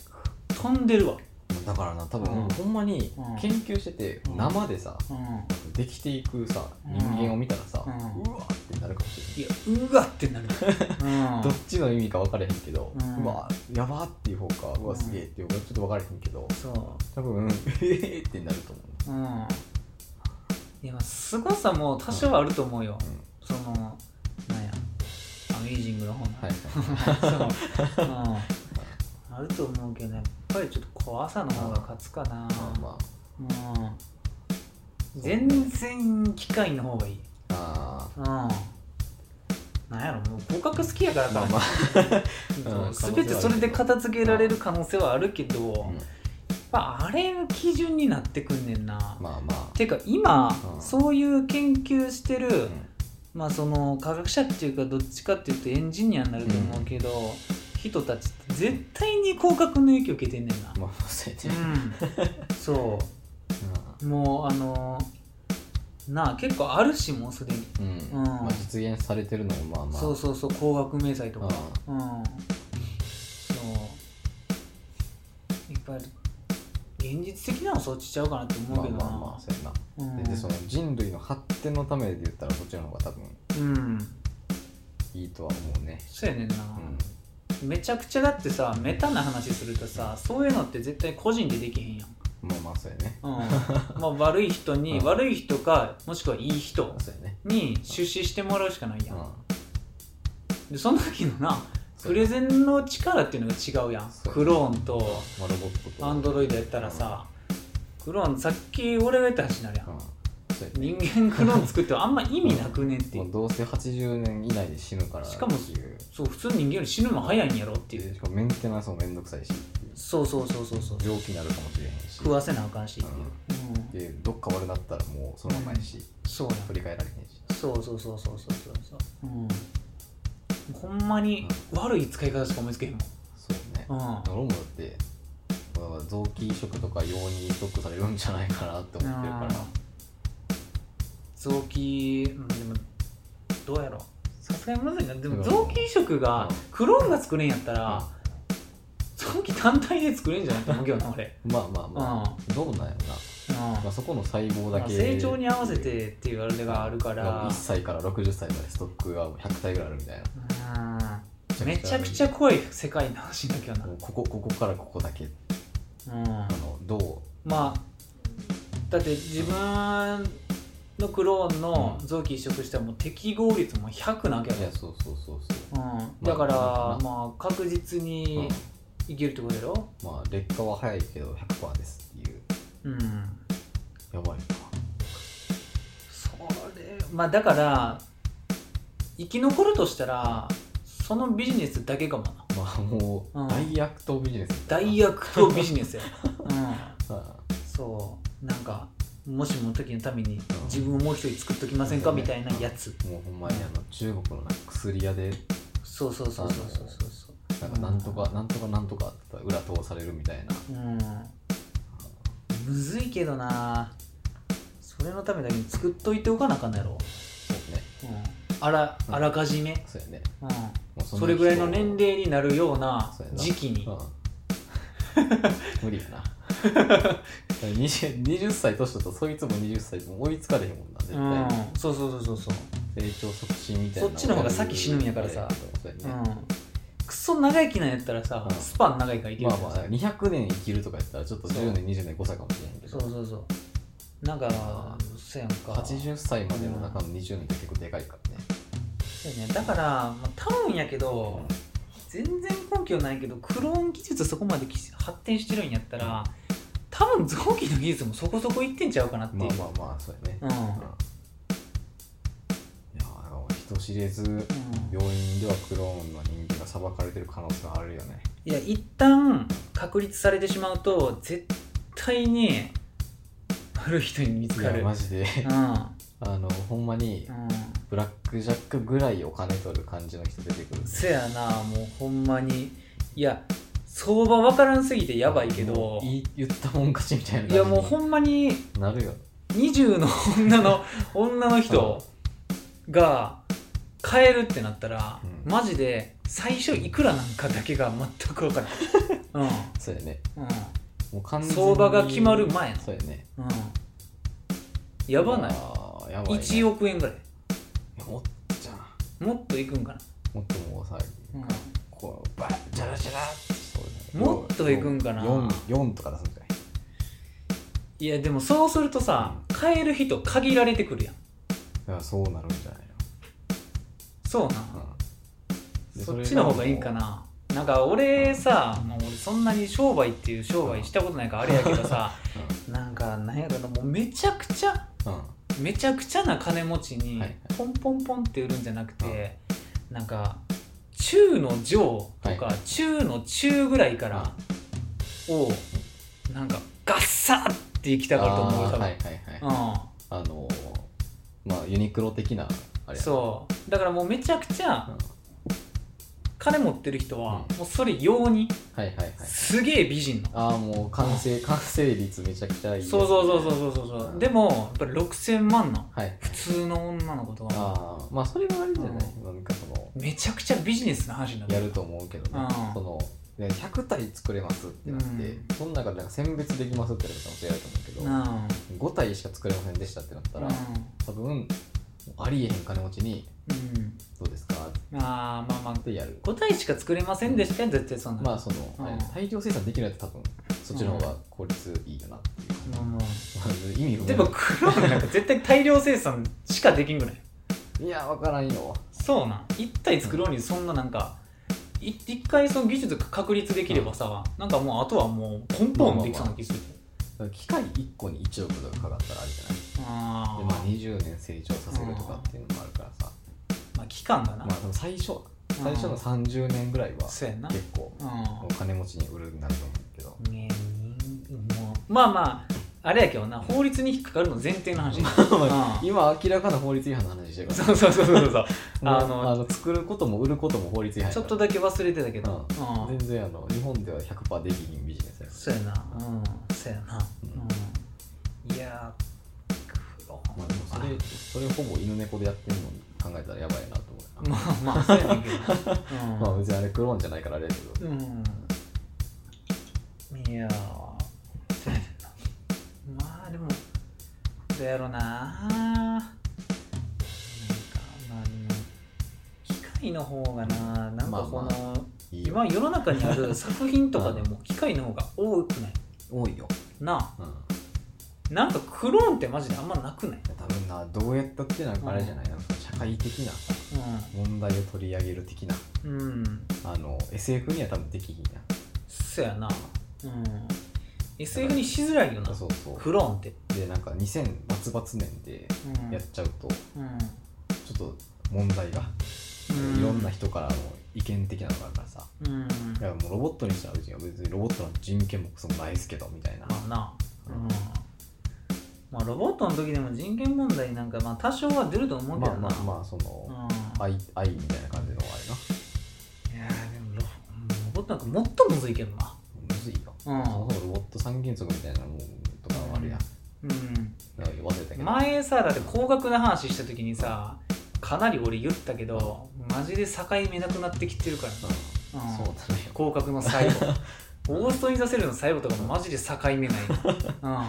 うん、飛んでるわ。 だからな多分、うん、ほんまに研究してて、うん、生でさ、うん、 できていくさ人間を見たらさ、うん、うわってなるかもしれない。 いやうわってなる、 うん、どっちの意味か分からへんけど、うん、うわやばっていう方かうわすげえっていう方がちょっと分からへんけど、そう多分えーってなると思う。うん、 いやすごさも多少あると思うよ、うん、そのなんやアメージングの方の、はいそう、うん、あると思うけど、ね、やっぱりちょっと怖さの方が勝つかな。まあまあ、うん全然機械の方がいい。ああ、うん。なんやろもう広角好きやからか、まあまあ、全てそれで片付けられる可能性はあるけど、うん、やっぱあれが基準になってくんねんな。まあまあ。てか今、うん、そういう研究してる、うん、まあその科学者っていうかどっちかっていうとエンジニアになると思うけど、うん、人たちって絶対に広角の影響受けてんねんな。まあそうやね。うん。そう。もうあのー、なあ結構あるしもうすでに、うんうんまあ、 実現されてるのもまあまあそうそうそう光学迷彩とかうんそういっぱいある。現実的なのはそっちちゃうかなって思うけどな。まあまあまあそうやな、うん、で, でその人類の発展のためで言ったらそっちの方が多分、うん、いいとは思うね。 そうやねんな、うん、めちゃくちゃだってさメタな話するとさそういうのって絶対個人でできへんやん。 まあまあそうやね、 うんまあ、悪い人に、うん、悪い人かもしくはいい人に出資してもらうしかないやん、うん、でその時のなプレゼンの力っていうのが違うやん。クローンとアンドロイドやったらさ、うん、クローンさっき俺が言った話になるやん、うん人間クローン作ってもあんま意味なくねっていう、 うん、どうせはちじゅうねん以内で死ぬからしかもそう普通の人間より死ぬの早いんやろっていう。 しかもメンテナンスもめんどくさいしそうそうそうそうそう病気になるかもしれへんし食わせなあかんしっていう、 うん、でどっか悪なったらもうそのままやし、うん、そうや振り返られへんしそうそうそうそうそうそうそう、うん、ほんまに悪い使い方しか思いつけへんもん。 そうね、うん、俺もだって臓器移植とか容に移植されるんじゃないかなって思ってるから、 臓器、うん、でもどうやろさすがにむずいな。でも臓器移植がクローンが作れんやったら、うん、臓器単体で作れんじゃないと思うけどな俺まあまあまあ、うん、どうなんやろな、うんまあ、そこの細胞だけ成長に合わせてっていうあれがあるからいっさいからろくじゅっさいまでストックがひゃくたいぐらいあるみたいな、うん、めちゃくちゃ怖い世界の話だけどな。 ここここからここだけ、うん、あのどうまあだって自分のクローンの臓器移植したらもう適合率もひゃくなわけやろ。いやそうそうそうそう、うん、だから、まあ、まあ確実にいけるってことやろ、 うん、まあ劣化は早いけど ひゃくパーセント ですっていう、うん、やばいなそれ。まあだから生き残るとしたらそのビジネスだけかもな。 まあもう、うん、大悪党ビジネス大悪党ビジネスや、うん、そうなんかもしもの時のために自分をもう一人作っときませんか、うん、みたいなやつ。 もうほんまにあの中国のなんか薬屋でそうそうそうそうそうそうなんかなんとか、うん、なんとかなんとかって裏通されるみたいな、うん、 むずいけどな。それのためだけに作っといておかなあかんのやろ。そうね、うん、あら、あらかじめ、うん、そうやね、うん、もう そ, それぐらいの年齢になるような時期に、うん、 無理やなにじゅう, にじゅっさい年だとそいつもにじゅっさいも追いつかれへんもんな絶対、うん、 そうそうそうそうそう成長促進みたいな。 そっちの方が先死ぬんやからさ、そうやね、うん、クソ長生きなんやったらさ、うん、スパン長いからいけるからさ、 まあまあにひゃくねん生きるとかやったらちょっとじゅうねんにじゅうねんごさいかもしれへんけど、 そうそうそうなんかそうやんかはちじゅっさいまでの中のにじゅうねんって結構でかいからね、 そうやね。だから、まあ、多分やけど、うん、全然根拠ないけどクローン技術そこまで発展してるんやったら多分臓器の技術もそこそこいってんちゃうかなっていう。 まあまあまあそうやね、うんうん、いや人知れず、うん、病院ではクローンの人間が裁かれてる可能性があるよね。 いや一旦確立されてしまうと絶対に悪い人に見つかる。いやマジで、うん、あのほんまに、うん、ブラックジャックぐらいお金取る感じの人出てくる、ね、 せやな。もうほんまにいや相場分からんすぎてやばいけどいい言ったもん勝ちみたいな。 いやもうほんまになるよ。 にじゅうの女の女の人が買えるってなったら、うん、マジで最初いくらなんかだけが全く分からない、うん、 そうやね、うん、 もう完全に相場が決まる前のそうやね、うん、 やばない？ やばい、ね、 いちおくえんぐらい。いやもっとじゃん。 もっといくんかな。 もっともうさ、うん、こうバッジャラジャラってそう、 ね、もっといくんかな。 よん, よんとか出すんじゃない？ いやでもそうするとさ、うん、買える人限られてくるやん。 いやそうなるんじゃないの。 そうな、うん、そっちの方がいいかな。なんか俺さ、もう俺そんなに商売っていう商売したことないからあれやけどさ、うん、なんかなんやろな、もうめちゃくちゃ、うん、めちゃくちゃな金持ちにポンポンポンって売るんじゃなくて、はいはい、なんか中の上とか、はい、中の中ぐらいからをなんかガッサーっていきたがると思う。多分、はいはいはい、うん、 あのまあユニクロ的なあれや。 そうだからもうめちゃくちゃ、うん、金持ってる人はもうそれ用に、はいはいはい、すげえ美人の、 ああもう完成完成率めちゃくちゃいいですね。 そうそうそうそうそうそう、うん、でもやっぱりろくせんまんの、はい、普通の女の子とか、 ああまあそれはあれじゃない、うん、なんかそのめちゃくちゃビジネスな話になるやると思うけどね、うん、そのひゃくたい作れますってなって、うん、その中でなんか選別できますってやるかもしれないと思うけど、うん、ごたいしか作れませんでしたってなったら、うん、多分ありえへん金持ちに、うん、どうですかってあまあまあでやる。 ごたいしか作れませんでしたら絶対そんな、 まあその、うん、大量生産できるやつ多分そっちの方が効率いいよなっていう、うんうん、意味不明。 でもクローンなんか絶対大量生産しかできんぐらい。 いや分からんよ。そうなんいったい作ろうにそんななんか、うん、一回その技術が確立できればさ、うん、なんかもうあとはもうポンポンできそうな気する、まあまあまあ、機械いっこにいちおくとかかかったらあれじゃない。あでまあにじゅうねん成長させるとかっていうのもあるからさ、 まあ期間がな、 まあ最初最初のさんじゅうねんぐらいは結構お金持ちに売るになると思うけど、ね、 もうまあまああれやけどな、法律に引っかかるの前提の話、うん、 今明らかな法律違反の話してるからそうそうそうそうそうあのあの作ることも売ることも法律違反ちょっとだけ忘れてたけど、 うんうん、全然あの日本では ひゃくパーセント できひんビジネスや。 そうやな、うんそうやな、うん、いやまあ、でもそれそれほぼ犬猫でやってるのに考えたらやばいなと思う。 まあまあそうやねんけど、 うん、まあ別にあれクローンじゃないからあれやけど、うん、 いやーそうやねんな。まあでもどうやろうな、なんかまあでも機械の方がな、なんかこの、まあまあいい今世の中にある作品とかでも機械の方が多くない？ 多いよなあ、うん、なんかクローンってマジであんまなくない？ 多分な、どうやったってなんかあれじゃない、うん、なんか社会的なさ、うん、問題を取り上げる的な、うん、あの エスエフ には多分できひんや。 そうやな、うん、エスエフ にしづらいよな。そうそうクローンってでなんかにせんバツバツ年でやっちゃうと、うん、ちょっと問題が、うん、いろんな人からの意見的なのがあるからさ、うん、だからもうロボットにしたら別にロボットの人権もクソもないですけどみたいな。 まあな、うんまあ、ロボットの時でも人権問題なんかまあ多少は出ると思うけどな。 まあまあまあその、うん、愛, 愛みたいな感じのあれな。いやでも ロ, ロボットなんかもっとむずいけどな。 むずいよ、うん、そもそもロボット三原則みたいなもんとかあるやん、うんうん、忘れたけど前さ、だって高額な話した時にさかなり俺言ったけどマジで境目なくなってきてるからな、うんうん、そうだね。広角の最後オーストインザセルの最後とかもマジで境目ない、うん、うん、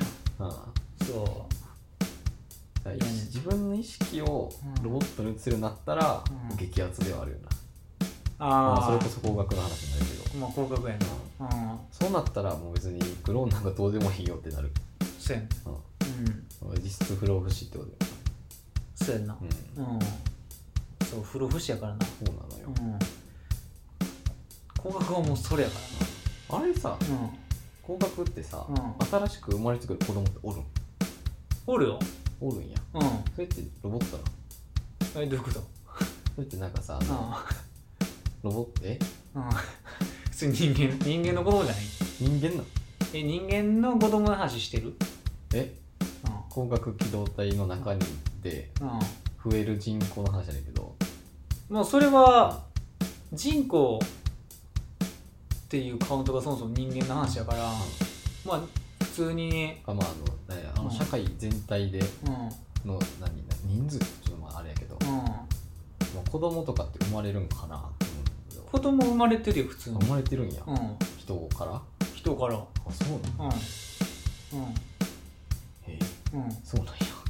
そういや、ね、自分の意識をロボットに移せるようになったら、うん、激アツではあるよな。あ、まあそれこそ高額な話になるけど、 まあ高額やな、うん、 そうなったらもう別にクローンなんかどうでもいいよってなる。 そうやん、 うん、実質不老不死ってことだよ。 そうやんな、うん、うん、そう不老不死やからな。 そうなのよ、うん、 高額はもうそれやからな。あれさ、うん、高額ってさ、うん、新しく生まれてくる子供っておるん？ おるよ。 おるんや、うん、それってロボットなの？ え、どういうこと？ それってなんかさ、うん、ロボットえ？ うん、普通に人間人間の子供じゃない？ 人間なの？ え、人間の子供の話してる？ え、うん、光学機動体の中にで増える人口の話じゃないけど、 まあそれは人口っていうカウントがそもそも人間の話やから、うん、まあ普通にあ、まあ、あのあの社会全体での、うん、何人数ちょっとまああれやけど、うん、まあ、子供とかって生まれるんかなって思うんだけど。 子供生まれてるよ普通に。 生まれてるんや、うん、人から人から。 あ、そうなの？うん、うん、へえ、うん、そうなんや。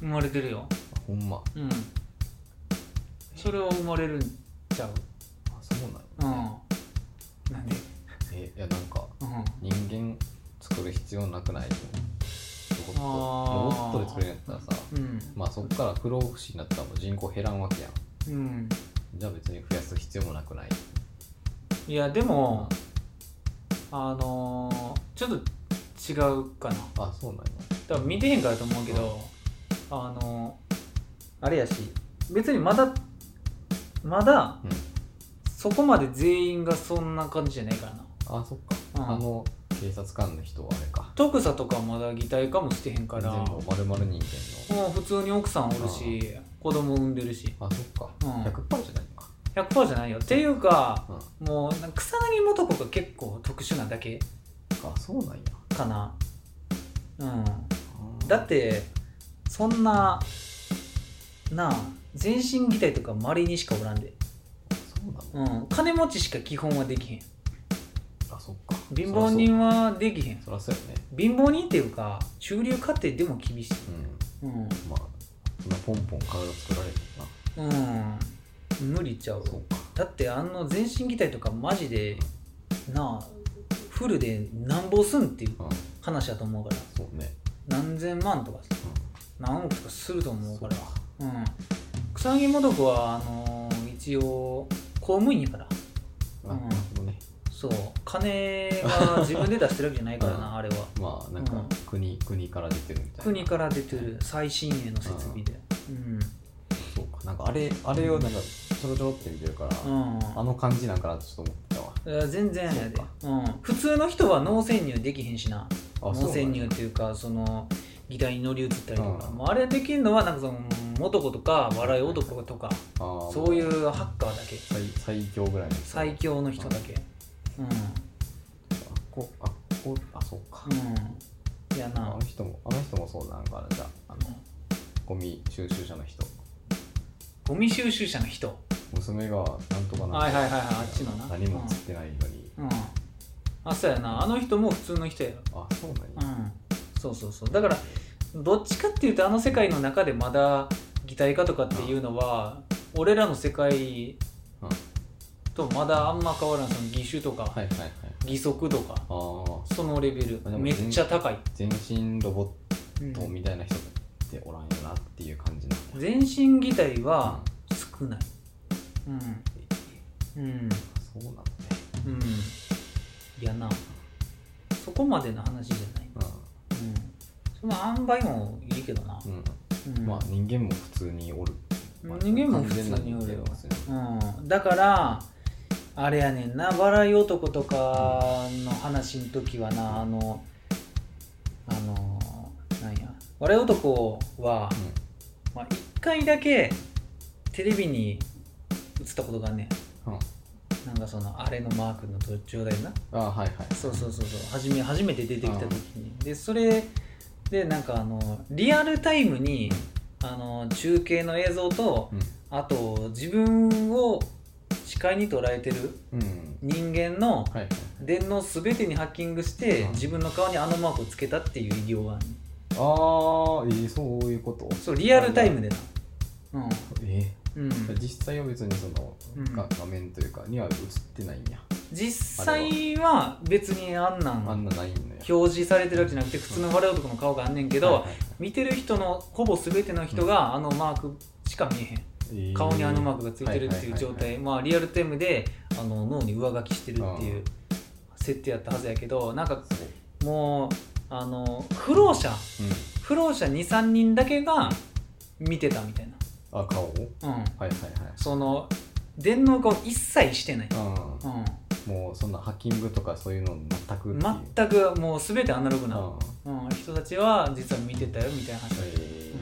生まれてるよ。 ほんま。 うん。それは生まれるんちゃう。 あ、そうなんや、ね、 うん。なんで？ えいやなんか、うん、人間作る必要なくない？ロボットロボットで作れるんやったらさ、うん、まあそっから不老不死になったらもう人口減らんわけやん、うん、じゃあ別に増やす必要もなくない？ いやでも、うん、あのー、ちょっと違うかな。 あ、そうなんや。 多分見てへんからと思うけど、うん、あのー、あれやし別にまだまだ、うん、そこまで全員がそんな感じじゃないからな。 あ、そっか、うん、あの警察官の人はあれか、 徳佐とかまだ擬態化もしてへんから全部丸々人間の、 もう普通に奥さんおるし子供産んでるし。 あ、そっか、うん、ひゃくパーセント じゃないのか。 ひゃくパーセント じゃないよっていうか、うん、もうなんか草薙素子が結構特殊なだけあ、そうなんやかな。うん、だってそんななあ全身擬態とかまれにしかおらんで。そうなの、うん、金持ちしか基本はできへん。 あ、そっか。 貧乏人はできへん。 そらそうよね。 貧乏人っていうか中流家庭でも厳しい。 うん、うん、まあ今ポンポン体作られるな。 うん、無理ちゃう。そうか。だってあの全身擬態とかマジでなあフルでなんぼすんっていう話だと思うから、 うん、そうね、 何千万とか、うん、何億とかすると思うから。う、うん、草薙素子はあのー、一応公務員やから。 あ、うん、なるほどね。 そう、金は自分で出してるわけじゃないからな、うん、あれは。 まあなんか国、うん、国から出てるみたいな。 国から出てる最新鋭の設備で。うん、 そうか、なんかあれあれをなんかちょろちょろって見てるから、うん、あの感じなんかなってちょっと思ってたわ。 いや全然やで、うん、普通の人は脳潜入できへんしな。脳潜入っていうかその議題に乗り移ったりとか、うん、もうあれできるのはなんかその男とか笑い男とか、はい、そういうハッカーだけ。 最, 最強ぐらいの最強の人だけ。うん、あこあこあそうか。 うん、いやな、 あの人もあの人もそうなんかな。じゃあ、あのゴミ収集車の人。 ゴミ収集車の人。 娘がなんとかな。 はいはいはいはい、あっちのな。 何も釣ってないのに。 うん。うん、あ、そうやな。あの人も普通の人やろ。 あ、そうなんや。うん。 そうそうそう。だからどっちかっていうとあの世界の中でまだ擬態化とかっていうのは、うん、俺らの世界とまだあんま変わらん。その義手とか、はいはいはい、義足とか、あそのレベルめっちゃ高い。 全身ロボットみたいな人っておらんよなっていう感じな、 うん、全身擬態は少ない。うんうん、 そうなんだね。 うん、いやな、そこまでの話じゃない。うん、うん、その塩梅もいいけどな。 うんうん、まあ人間も普通におる。 まあ、人間も普通におるよ。うん、だからあれやねんな、笑い男とかの話の時はな、あのあのなんや、笑い男は、うん、まあ、いっかいだけテレビに映ったことがあんねん、うん、なんかそのあれのマークの途中だよな。 あ、はいはい、 そうそうそうそう、初め初めて出てきた時に、でそれでなんかあのリアルタイムに、うん、あの中継の映像と、うん、あと自分を視界に捉えてる人間の電脳すべてにハッキングして、うん、自分の顔にあのマークをつけたっていう医療がある。 ああ、えー、そういうこと。 そう、リアルタイムでな。うん、 えーうん、実際は別にその、うん、画面というかには映ってないんや。 実際は別にあんなんあんなないんね、 表示されてるわけじゃなくて普通の笑い男の顔があんねんけど、うん、はいはいはい、見てる人のほぼ全ての人があのマークしか見えへん、えー、顔にあのマークがついてるっていう状態、まあリアルタイムであの脳に上書きしてるっていう設定やったはずやけど、なんかもうあの不老者、うん、不老者 にさんにんだけが見てたみたいな。 あ、顔を、うん、はいはいはい、 その電脳化を一切してない、うんうん、もうそんなハッキングとかそういうの全く全くもう全てアナログな、うんうん、人たちは実は見てたよみたいな話、えーうん、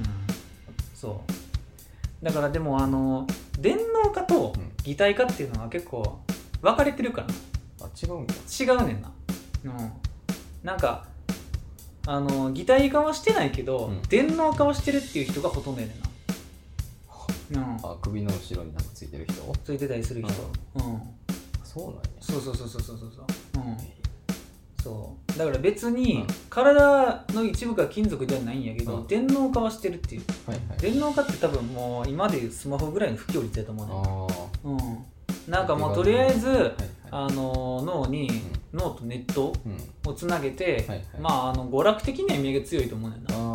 そうだから。でもあの電脳化と擬態化っていうのは結構分かれてるから、 あ、違うんだ。 違うねんな、うん、なんかあの擬態化はしてないけど、うん、電脳化をしてるっていう人がほとんどやねんな。 うん、あ、首の後ろになんかついてる人ついてたりする人、うん、うん、 そうなんや。 そうそうそうそうそうそう、うん、 そうだから別に体の一部が金属ではないんやけど、うん、電脳化はしてるっていう、はいはい、電脳化って多分もう今でいうスマホぐらいの普及率だと思うね、うん、なんかもうとりあえず、はいはい、あの脳に、うん、脳とネットをつなげて、うんはいはい、まああの娯楽的には意味が強いと思うねんな、うん、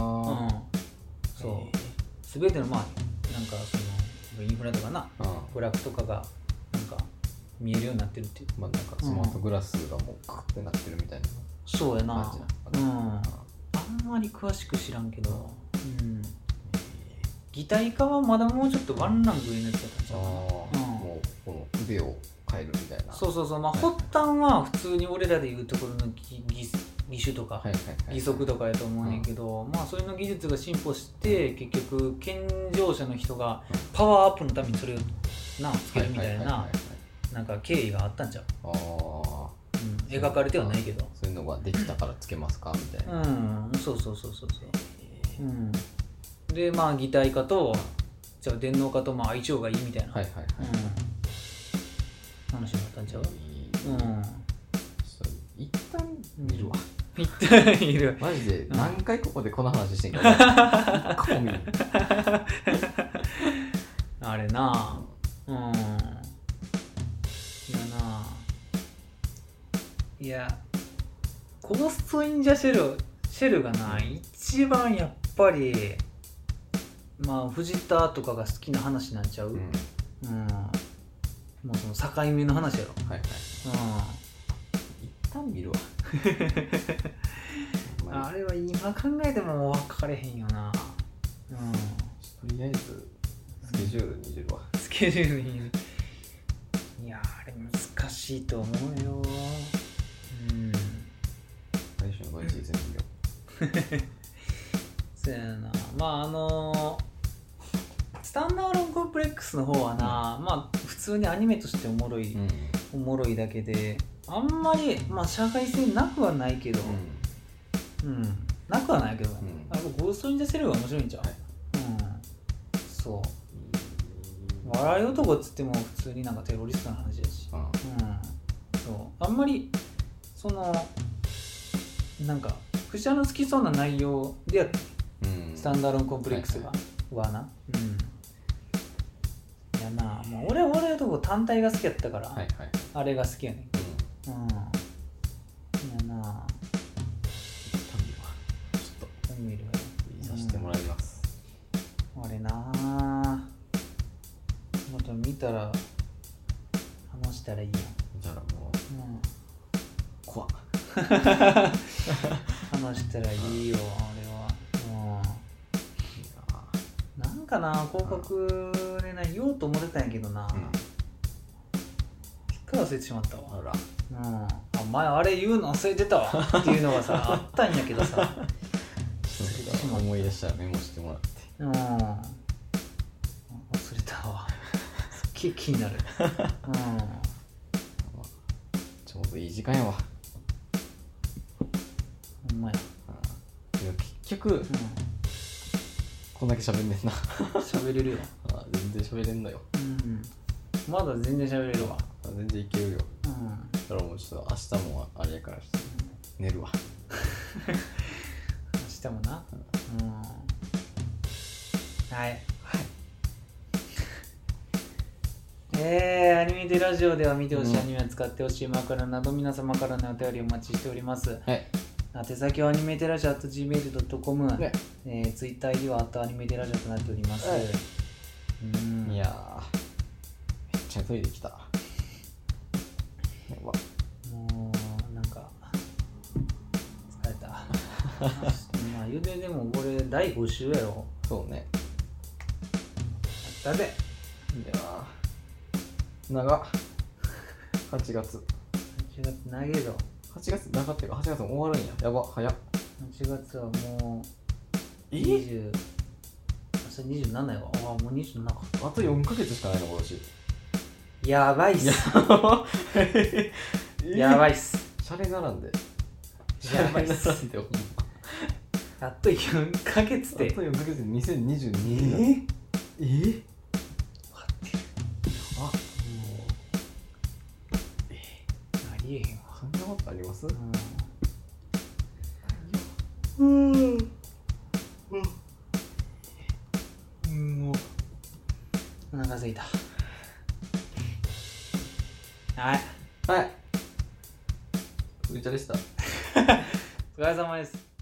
そう全てのまあなんかそのインフラとかな娯楽とかがなんか見えるようになってるっていう、 まあなんかスマートグラスがもうカッてなってるみたいな、 そうやな、うん、あんまり詳しく知らんけど、うん、擬態化はまだもうちょっとワンランク上のやつだったんちゃうかな、うん、 もうこの腕を変えるみたいな、 そうそうそう、まあ、発端は普通に俺らでいうところの義手とか義足とかやと思うねんけど、うん、まあそれの技術が進歩して結局健常者の人がパワーアップのためにそれをなつけるみたいななんか経緯があったんちゃう。あ、うん、描かれてはないけど、 そういうのができたからつけますかみたいな、 うん、そうそうそうそうそう、うん、でまあ擬態化とじゃあ電脳化とまあ相性がいいみたいな、はいはいはい、うん、話になったんちゃう。うん、 一旦見るわ、 うん、一旦見るマジで何回ここでこの話してんか一個も見るあれなぁ、うん、いやなぁ、いやゴーストインジャシェルシェルがな一番やっぱりまあ藤田とかが好きな話なんちゃう、うん、うん、もうその境目の話やろ、はいはい、 うん、一旦見るわあれは今考えても分かれへんよな、 うん、とりあえずスケジュールに入れるわ、 スケジュールに入れる。いやあれ難しいと思うよ、うん、 最初のいち全部見ようそうやな、まああのスタンダードコンプレックスの方はな、うん、まあ普通にアニメとしておもろい、うん、おもろいだけであんまりまあ社会性なくはないけど、うん、うん、なくはないけど、うん、あゴーストインザシェルが面白いんちゃう、はい、うん、そう、笑い男っつっても普通になんかテロリストの話だし、うん、うん、そうあんまりそのなんか藤原の好きそうな内容でやった、うん、スタンダードコンプレックスが、はいはい、はな、うん、いやな、もう俺は俺のとこ単体が好きやったから、はいはい、あれが好きやねん、うん、うん、いやな、 ちょっと見るわ、見させてもらいます、 うん、あれなまた見たら話したらいいやん、 じゃあもう、うん、怖っ話したらいいよあれは、うん、なんかな広告でな言おうと思ってたんやけどな、うん、すっかり忘れてしまったわ、あら、うん、あ前あれ言うの忘れてたわっていうのがさあったんやけどさ思い出したらメモしてもらって、うん、 忘れたわすっげえ気になる、うん、 ちょうどいい時間やわ、 ほんまや、 うん、結局、うん、こんだけ喋んねんな喋れるよあ全然喋れんのよ、 うん、まだ全然喋れるわ、 全然いけるよ、うん、だからもうちょっと明日もあれやからちょっと寝るわ明日もな、うん、うん、はいはいえー、アニメテラジオでは見てほしいアニメを使ってほしい枕など皆様からのお便りをお待ちしております、はい、宛先はアニメテラジオ アットジーメールドットコム、ねえー、ツイッター アイディー はアットアニメテラジオとなっております、はい、 うんいやーめっちゃトイレ来たやばもうなんか疲れたまあゆででもこれだいご週やろ、 そうね、 だっていや長っはちがつはちがつ長えぞ、 はちがつ長っていうかはちがつも終わるんや、やば早っ、はちがつはもうにじゅう明日にじゅうななやわ、あもうにじゅうななか、 あとよんかげつしかないの今年、 やばいっすやばいっすシャレ並んでやばいっすあとよんかげつであとよんかげつでにせんにじゅうにになる、ええー、待ってる、あもうえー、ありえへんわ、 そんなことあります、うん、 うんもうお腹すいた。はいはい。うーちゃんでした。 お疲れ様です。